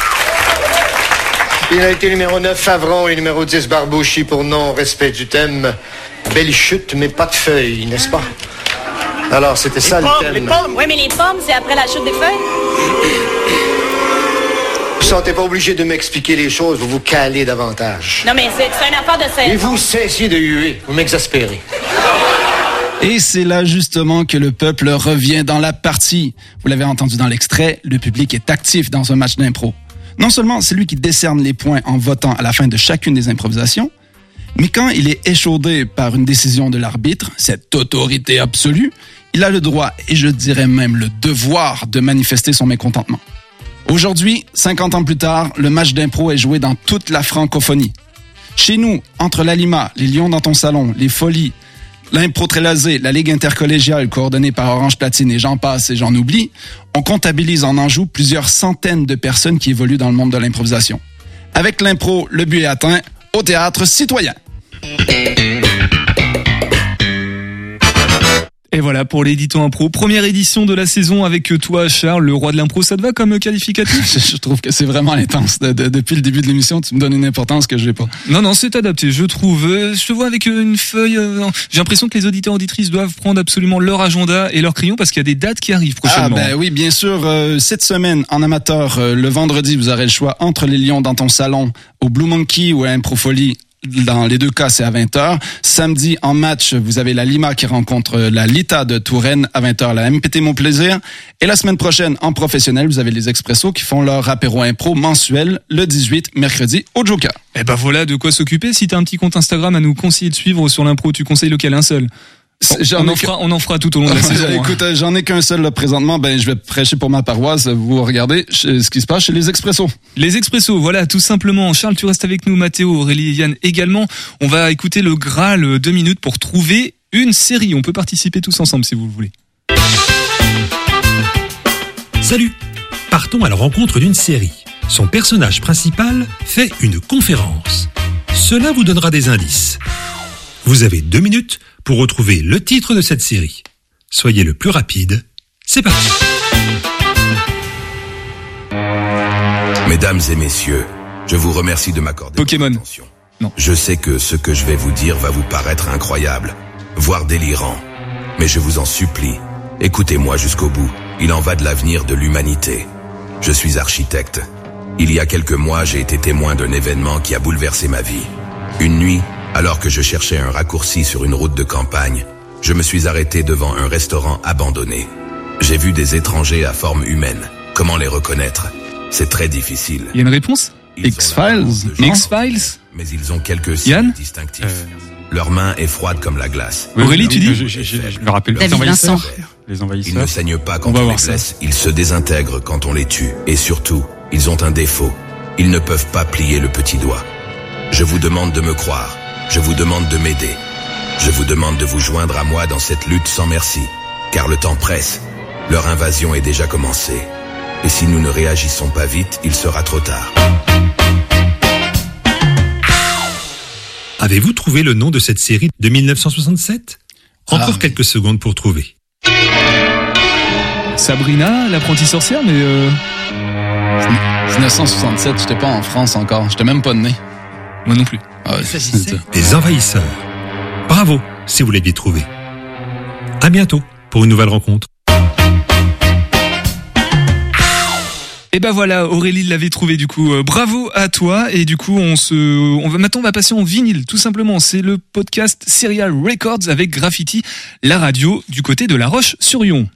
Speaker 15: Pénalité numéro 9, Favron, et numéro 10, Barbouchi pour non-respect du thème. Belle chute, mais pas de feuilles, n'est-ce pas? Alors, c'était ça le thème.
Speaker 16: Les pommes, oui, mais les pommes, c'est après la chute des feuilles.
Speaker 15: Vous ne sentez pas obligé de m'expliquer les choses, vous vous calez davantage.
Speaker 16: Non, mais c'est une affaire de saison.
Speaker 15: Et vous cessiez de huer, vous m'exaspérez.
Speaker 14: Et c'est là justement que le peuple revient dans la partie. Vous l'avez entendu dans l'extrait, le public est actif dans un match d'impro. Non seulement c'est lui qui décerne les points en votant à la fin de chacune des improvisations, mais quand il est échaudé par une décision de l'arbitre, cette autorité absolue, il a le droit, et je dirais même le devoir, de manifester son mécontentement. Aujourd'hui, 50 ans plus tard, le match d'impro est joué dans toute la francophonie. Chez nous, entre l'Alima, les Lions dans ton salon, les Folies, l'Impro Trélazé, la Ligue intercollégiale coordonnée par Orange Platine et j'en passe et j'en oublie, on comptabilise en Anjou plusieurs centaines de personnes qui évoluent dans le monde de l'improvisation. Avec l'impro, le but est atteint au théâtre citoyen.
Speaker 4: Et voilà pour l'édito impro. Première édition de la saison avec toi, Charles, le roi de l'impro. Ça te va comme qualificatif?
Speaker 14: Je trouve que c'est vraiment intense. Depuis le début de l'émission, tu me donnes une importance que j'ai pas.
Speaker 4: Non, c'est adapté, je trouve. Je te vois avec une feuille. J'ai l'impression que les auditeurs auditrices doivent prendre absolument leur agenda et leur crayon parce qu'il y a des dates qui arrivent prochainement.
Speaker 14: Oui, bien sûr. Cette semaine, en amateur, le vendredi, vous aurez le choix entre les Lions dans ton salon, au Blue Monkey ou à Improfolie. Dans les deux cas, c'est à 20h. Samedi, en match, vous avez la Lima qui rencontre la Lita de Touraine à 20h, la MPT Mon Plaisir. Et la semaine prochaine, en professionnel, vous avez les Expressos qui font leur apéro impro mensuel le 18, mercredi, au Joker.
Speaker 4: Et voilà de quoi s'occuper. Si t'as un petit compte Instagram à nous conseiller de suivre sur l'impro, tu conseilles lequel? Un seul? On en fera tout au long de la saison.
Speaker 14: Écoute, j'en ai qu'un seul là, présentement. Je vais prêcher pour ma paroisse. Vous regardez ce qui se passe chez les Expressos.
Speaker 4: Les Expressos, voilà, tout simplement. Charles, tu restes avec nous, Mathéo, Aurélie et Yann également. On va écouter le Graal 2 minutes pour trouver une série. On peut participer tous ensemble si vous le voulez.
Speaker 17: Salut! Partons à la rencontre d'une série. Son personnage principal fait une conférence. Cela vous donnera des indices. Vous avez 2 minutes pour retrouver le titre de cette série. Soyez le plus rapide. C'est parti.
Speaker 18: Mesdames et messieurs, je vous remercie de m'accorder
Speaker 4: Pokémon.
Speaker 18: votre attention. Non. Je sais que ce que je vais vous dire va vous paraître incroyable, voire délirant. Mais je vous en supplie, écoutez-moi jusqu'au bout. Il en va de l'avenir de l'humanité. Je suis architecte. Il y a quelques mois, j'ai été témoin d'un événement qui a bouleversé ma vie. Une nuit, alors que je cherchais un raccourci sur une route de campagne, je me suis arrêté devant un restaurant abandonné. J'ai vu des étrangers à forme humaine. Comment les reconnaître? C'est très difficile.
Speaker 4: Il y a une réponse? X-Files? X-Files?
Speaker 18: Mais ils ont quelques signes distinctifs. Leur main est froide comme la glace.
Speaker 4: Aurélie, tu dis?
Speaker 8: Je me rappelle.
Speaker 18: Les
Speaker 7: envahisseurs.
Speaker 18: Ils ne saignent pas quand on les blesse, ils se désintègrent quand on les tue. Et surtout, ils ont un défaut. Ils ne peuvent pas plier le petit doigt. Je vous demande de me croire. Je vous demande de m'aider. Je vous demande de vous joindre à moi dans cette lutte sans merci. Car le temps presse. Leur invasion est déjà commencée. Et si nous ne réagissons pas vite, il sera trop tard.
Speaker 17: Avez-vous trouvé le nom de cette série de 1967? Encore quelques secondes pour trouver.
Speaker 4: Sabrina, l'apprentie sorcière, mais
Speaker 14: 1967, j'étais pas en France encore. J'étais même pas né.
Speaker 4: Moi non plus.
Speaker 17: Les envahisseurs. Bravo, si vous l'aviez trouvé. À bientôt pour une nouvelle rencontre.
Speaker 4: Et voilà, Aurélie l'avait trouvé du coup. Bravo à toi. Et du coup, maintenant on va passer en vinyle, tout simplement. C'est le podcast Serial Records avec Graffiti, la radio du côté de La Roche-sur-Yon.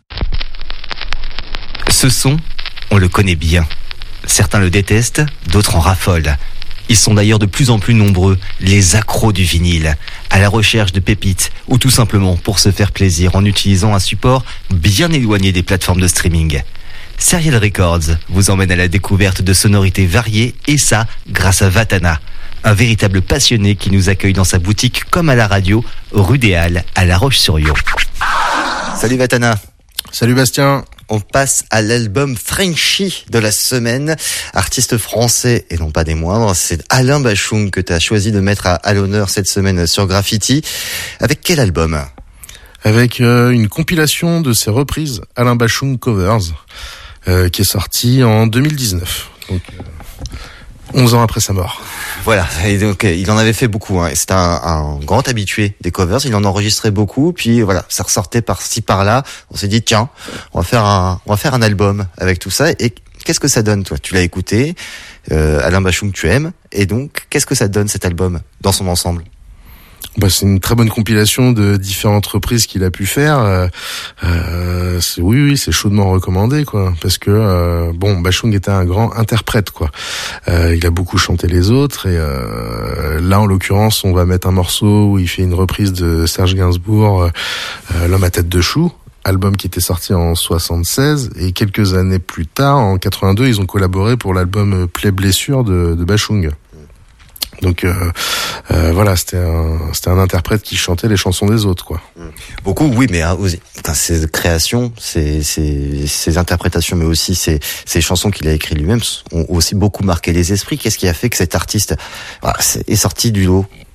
Speaker 19: Ce son, on le connaît bien. Certains le détestent, d'autres en raffolent. Ils sont d'ailleurs de plus en plus nombreux, les accros du vinyle, à la recherche de pépites ou tout simplement pour se faire plaisir en utilisant un support bien éloigné des plateformes de streaming. Serial Records vous emmène à la découverte de sonorités variées et ça grâce à Vatana, un véritable passionné qui nous accueille dans sa boutique comme à la radio, rue des Halles à La Roche-sur-Yon. Salut Vatana.
Speaker 20: Salut Bastien.
Speaker 19: On passe à l'album Frenchy de la semaine. Artiste français et non pas des moindres, c'est Alain Bachung que tu as choisi de mettre à l'honneur cette semaine sur Graffiti. Avec quel album ?
Speaker 20: Avec une compilation de ses reprises, Alain Bachung Covers, qui est sortie en 2019. Donc, 11 ans après sa mort.
Speaker 19: Voilà, et donc il en avait fait beaucoup. Hein. C'était un grand habitué des covers. Il en enregistrait beaucoup. Puis voilà, ça ressortait par-ci par-là. On s'est dit tiens, on va faire un album avec tout ça. Et qu'est-ce que ça donne, toi ? Tu l'as écouté, Alain Bachung, tu aimes. Et donc, qu'est-ce que ça donne cet album dans son ensemble ?
Speaker 20: C'est une très bonne compilation de différentes reprises qu'il a pu faire. Oui, c'est chaudement recommandé, quoi. Parce que Bachung était un grand interprète, quoi. Il a beaucoup chanté les autres et là, en l'occurrence, on va mettre un morceau où il fait une reprise de Serge Gainsbourg, L'homme à tête de chou. Album qui était sorti en 76 et quelques années plus tard, en 82, ils ont collaboré pour l'album Play Blessure de Bachung. Donc voilà, c'était un interprète qui chantait les chansons des autres, quoi.
Speaker 19: Beaucoup, oui, mais ses créations, ses interprétations, mais aussi ses chansons qu'il a écrites lui-même ont aussi beaucoup marqué les esprits. Qu'est-ce qui a fait que cet artiste est sorti du lot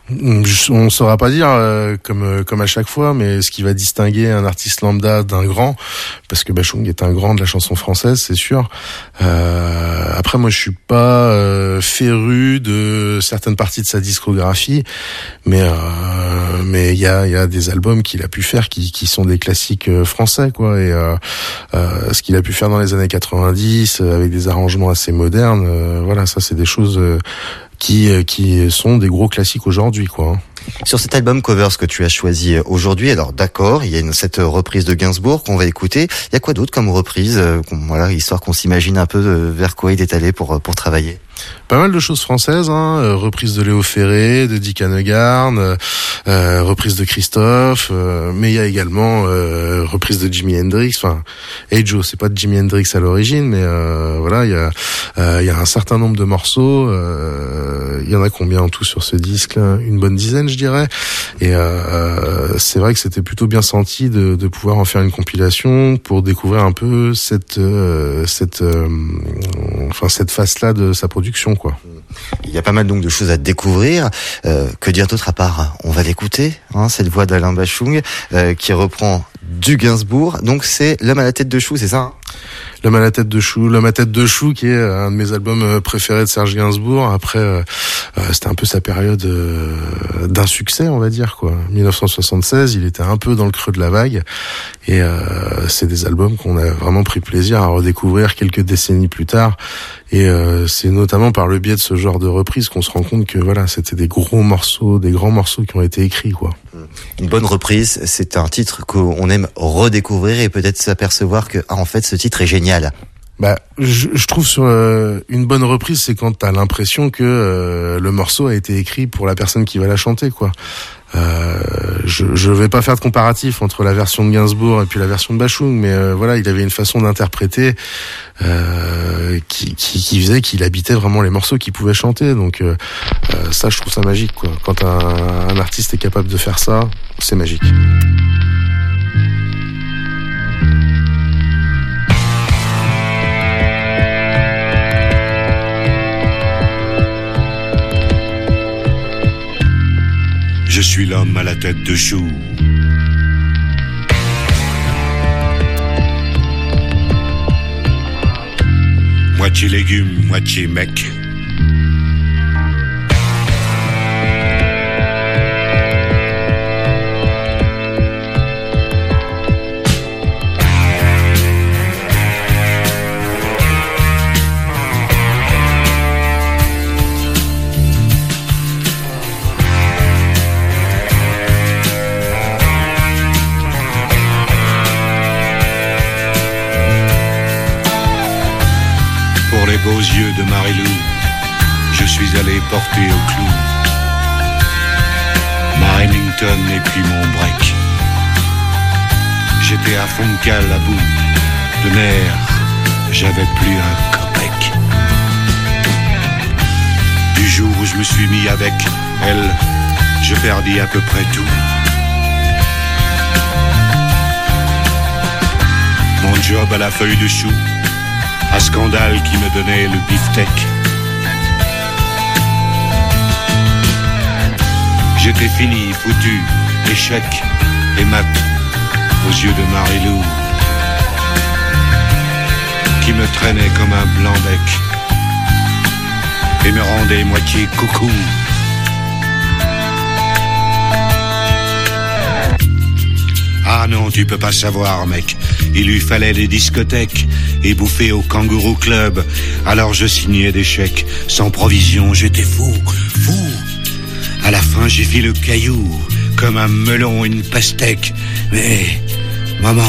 Speaker 20: On saura pas dire comme à chaque fois, mais ce qui va distinguer un artiste lambda d'un grand, parce que Bashung est un grand de la chanson française, c'est sûr. Après, moi, je suis pas féru de certaines parties de sa discographie, mais il y a des albums qu'il a pu faire qui sont des classiques français, quoi. Et ce qu'il a pu faire dans les années 90 avec des arrangements assez modernes, voilà, ça c'est des choses qui sont des gros classiques aujourd'hui, quoi.
Speaker 19: Sur cet album Covers que tu as choisi aujourd'hui, alors d'accord, il y a cette reprise de Gainsbourg qu'on va écouter. Il y a quoi d'autre comme reprise, voilà, histoire qu'on s'imagine un peu vers quoi il est allé pour travailler?
Speaker 20: Pas mal de choses françaises, hein. Reprise de Léo Ferré, de Dick Hanegarn, reprise de Christophe, mais il y a également reprise de Jimi Hendrix. Enfin, Hey Joe, c'est pas de Jimi Hendrix à l'origine, mais voilà, il y a un certain nombre de morceaux. Il y en a combien en tout sur ce disque là? Une bonne dizaine, je dirais. Et c'est vrai que c'était plutôt bien senti de pouvoir en faire une compilation pour découvrir un peu cette face-là de sa production, quoi.
Speaker 19: Il y a pas mal donc de choses à découvrir. Que dire d'autre à part, on va l'écouter, hein, cette voix d'Alain Bashung qui reprend du Gainsbourg. Donc c'est L'homme à la tête de chou, c'est ça, hein?
Speaker 20: L'homme à tête de chou, qui est un de mes albums préférés de Serge Gainsbourg. Après, c'était un peu sa période d'insuccès, on va dire, quoi. 1976, il était un peu dans le creux de la vague, et c'est des albums qu'on a vraiment pris plaisir à redécouvrir quelques décennies plus tard. Et c'est notamment par le biais de ce genre de reprise qu'on se rend compte que voilà, c'était des gros morceaux, des grands morceaux qui ont été écrits, quoi.
Speaker 19: Une bonne reprise, c'est un titre qu'on aime redécouvrir et peut-être s'apercevoir que en fait ce titre est génial.
Speaker 20: Bah, je trouve sur une bonne reprise, c'est quand t'as l'impression que le morceau a été écrit pour la personne qui va la chanter, quoi. Je vais pas faire de comparatif entre la version de Gainsbourg et puis la version de Bashung, mais voilà, il avait une façon d'interpréter qui faisait qu'il habitait vraiment les morceaux qu'il pouvait chanter. Donc ça, je trouve ça magique, quoi. Quand un artiste est capable de faire ça, c'est magique.
Speaker 21: Je suis l'homme à la tête de chou. Moitié légumes, moitié mec. Les beaux yeux de Marilou, je suis allé porter au clou ma Remington et puis mon break. J'étais à fond de cale à bout de nerfs, j'avais plus un copec. Du jour où je me suis mis avec elle, je perdis à peu près tout. Mon job à la feuille de chou, à Scandale qui me donnait le beefsteak. J'étais fini, foutu, échec et mat aux yeux de Marilou, qui me traînait comme un blanc-bec et me rendait moitié coucou. Ah non, tu peux pas savoir, mec. Il lui fallait des discothèques et bouffer au Kangourou Club. Alors je signais des chèques. Sans provision, j'étais fou. À la fin, j'ai fait le caillou, comme un melon, une pastèque. Mais, maman,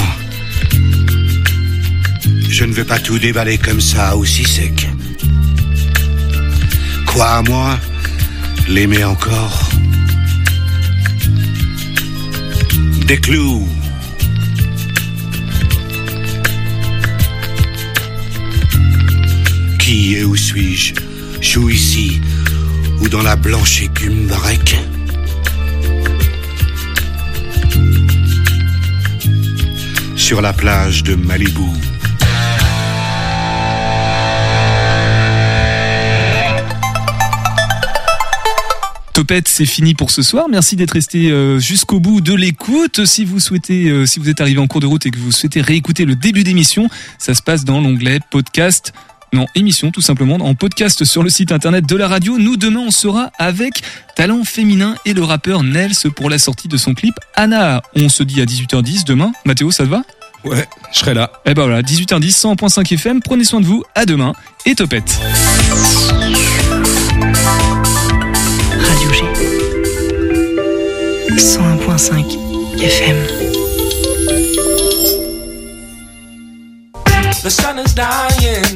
Speaker 21: je ne veux pas tout déballer comme ça, aussi sec. Quoi, à moi, l'aimer encore? Des clous. Qui et où suis-je? Chou ici ou dans la blanche écume varec? Sur la plage de Malibu.
Speaker 4: Topette, c'est fini pour ce soir. Merci d'être resté jusqu'au bout de l'écoute. Si vous souhaitez, si vous êtes arrivé en cours de route et que vous souhaitez réécouter le début d'émission, ça se passe dans l'onglet podcast. Non, émission tout simplement, en podcast sur le site internet de la radio. Nous, demain, on sera avec Talent Féminin et le rappeur Nels pour la sortie de son clip Anna. On se dit à 18h10 demain. Mathéo, ça te va ?
Speaker 6: Ouais, je serai là.
Speaker 4: Et ben voilà, 18h10, 100.5 FM. Prenez soin de vous. À demain. Et Topette.
Speaker 1: Radio G. 101.5 FM.
Speaker 12: The sun is dying.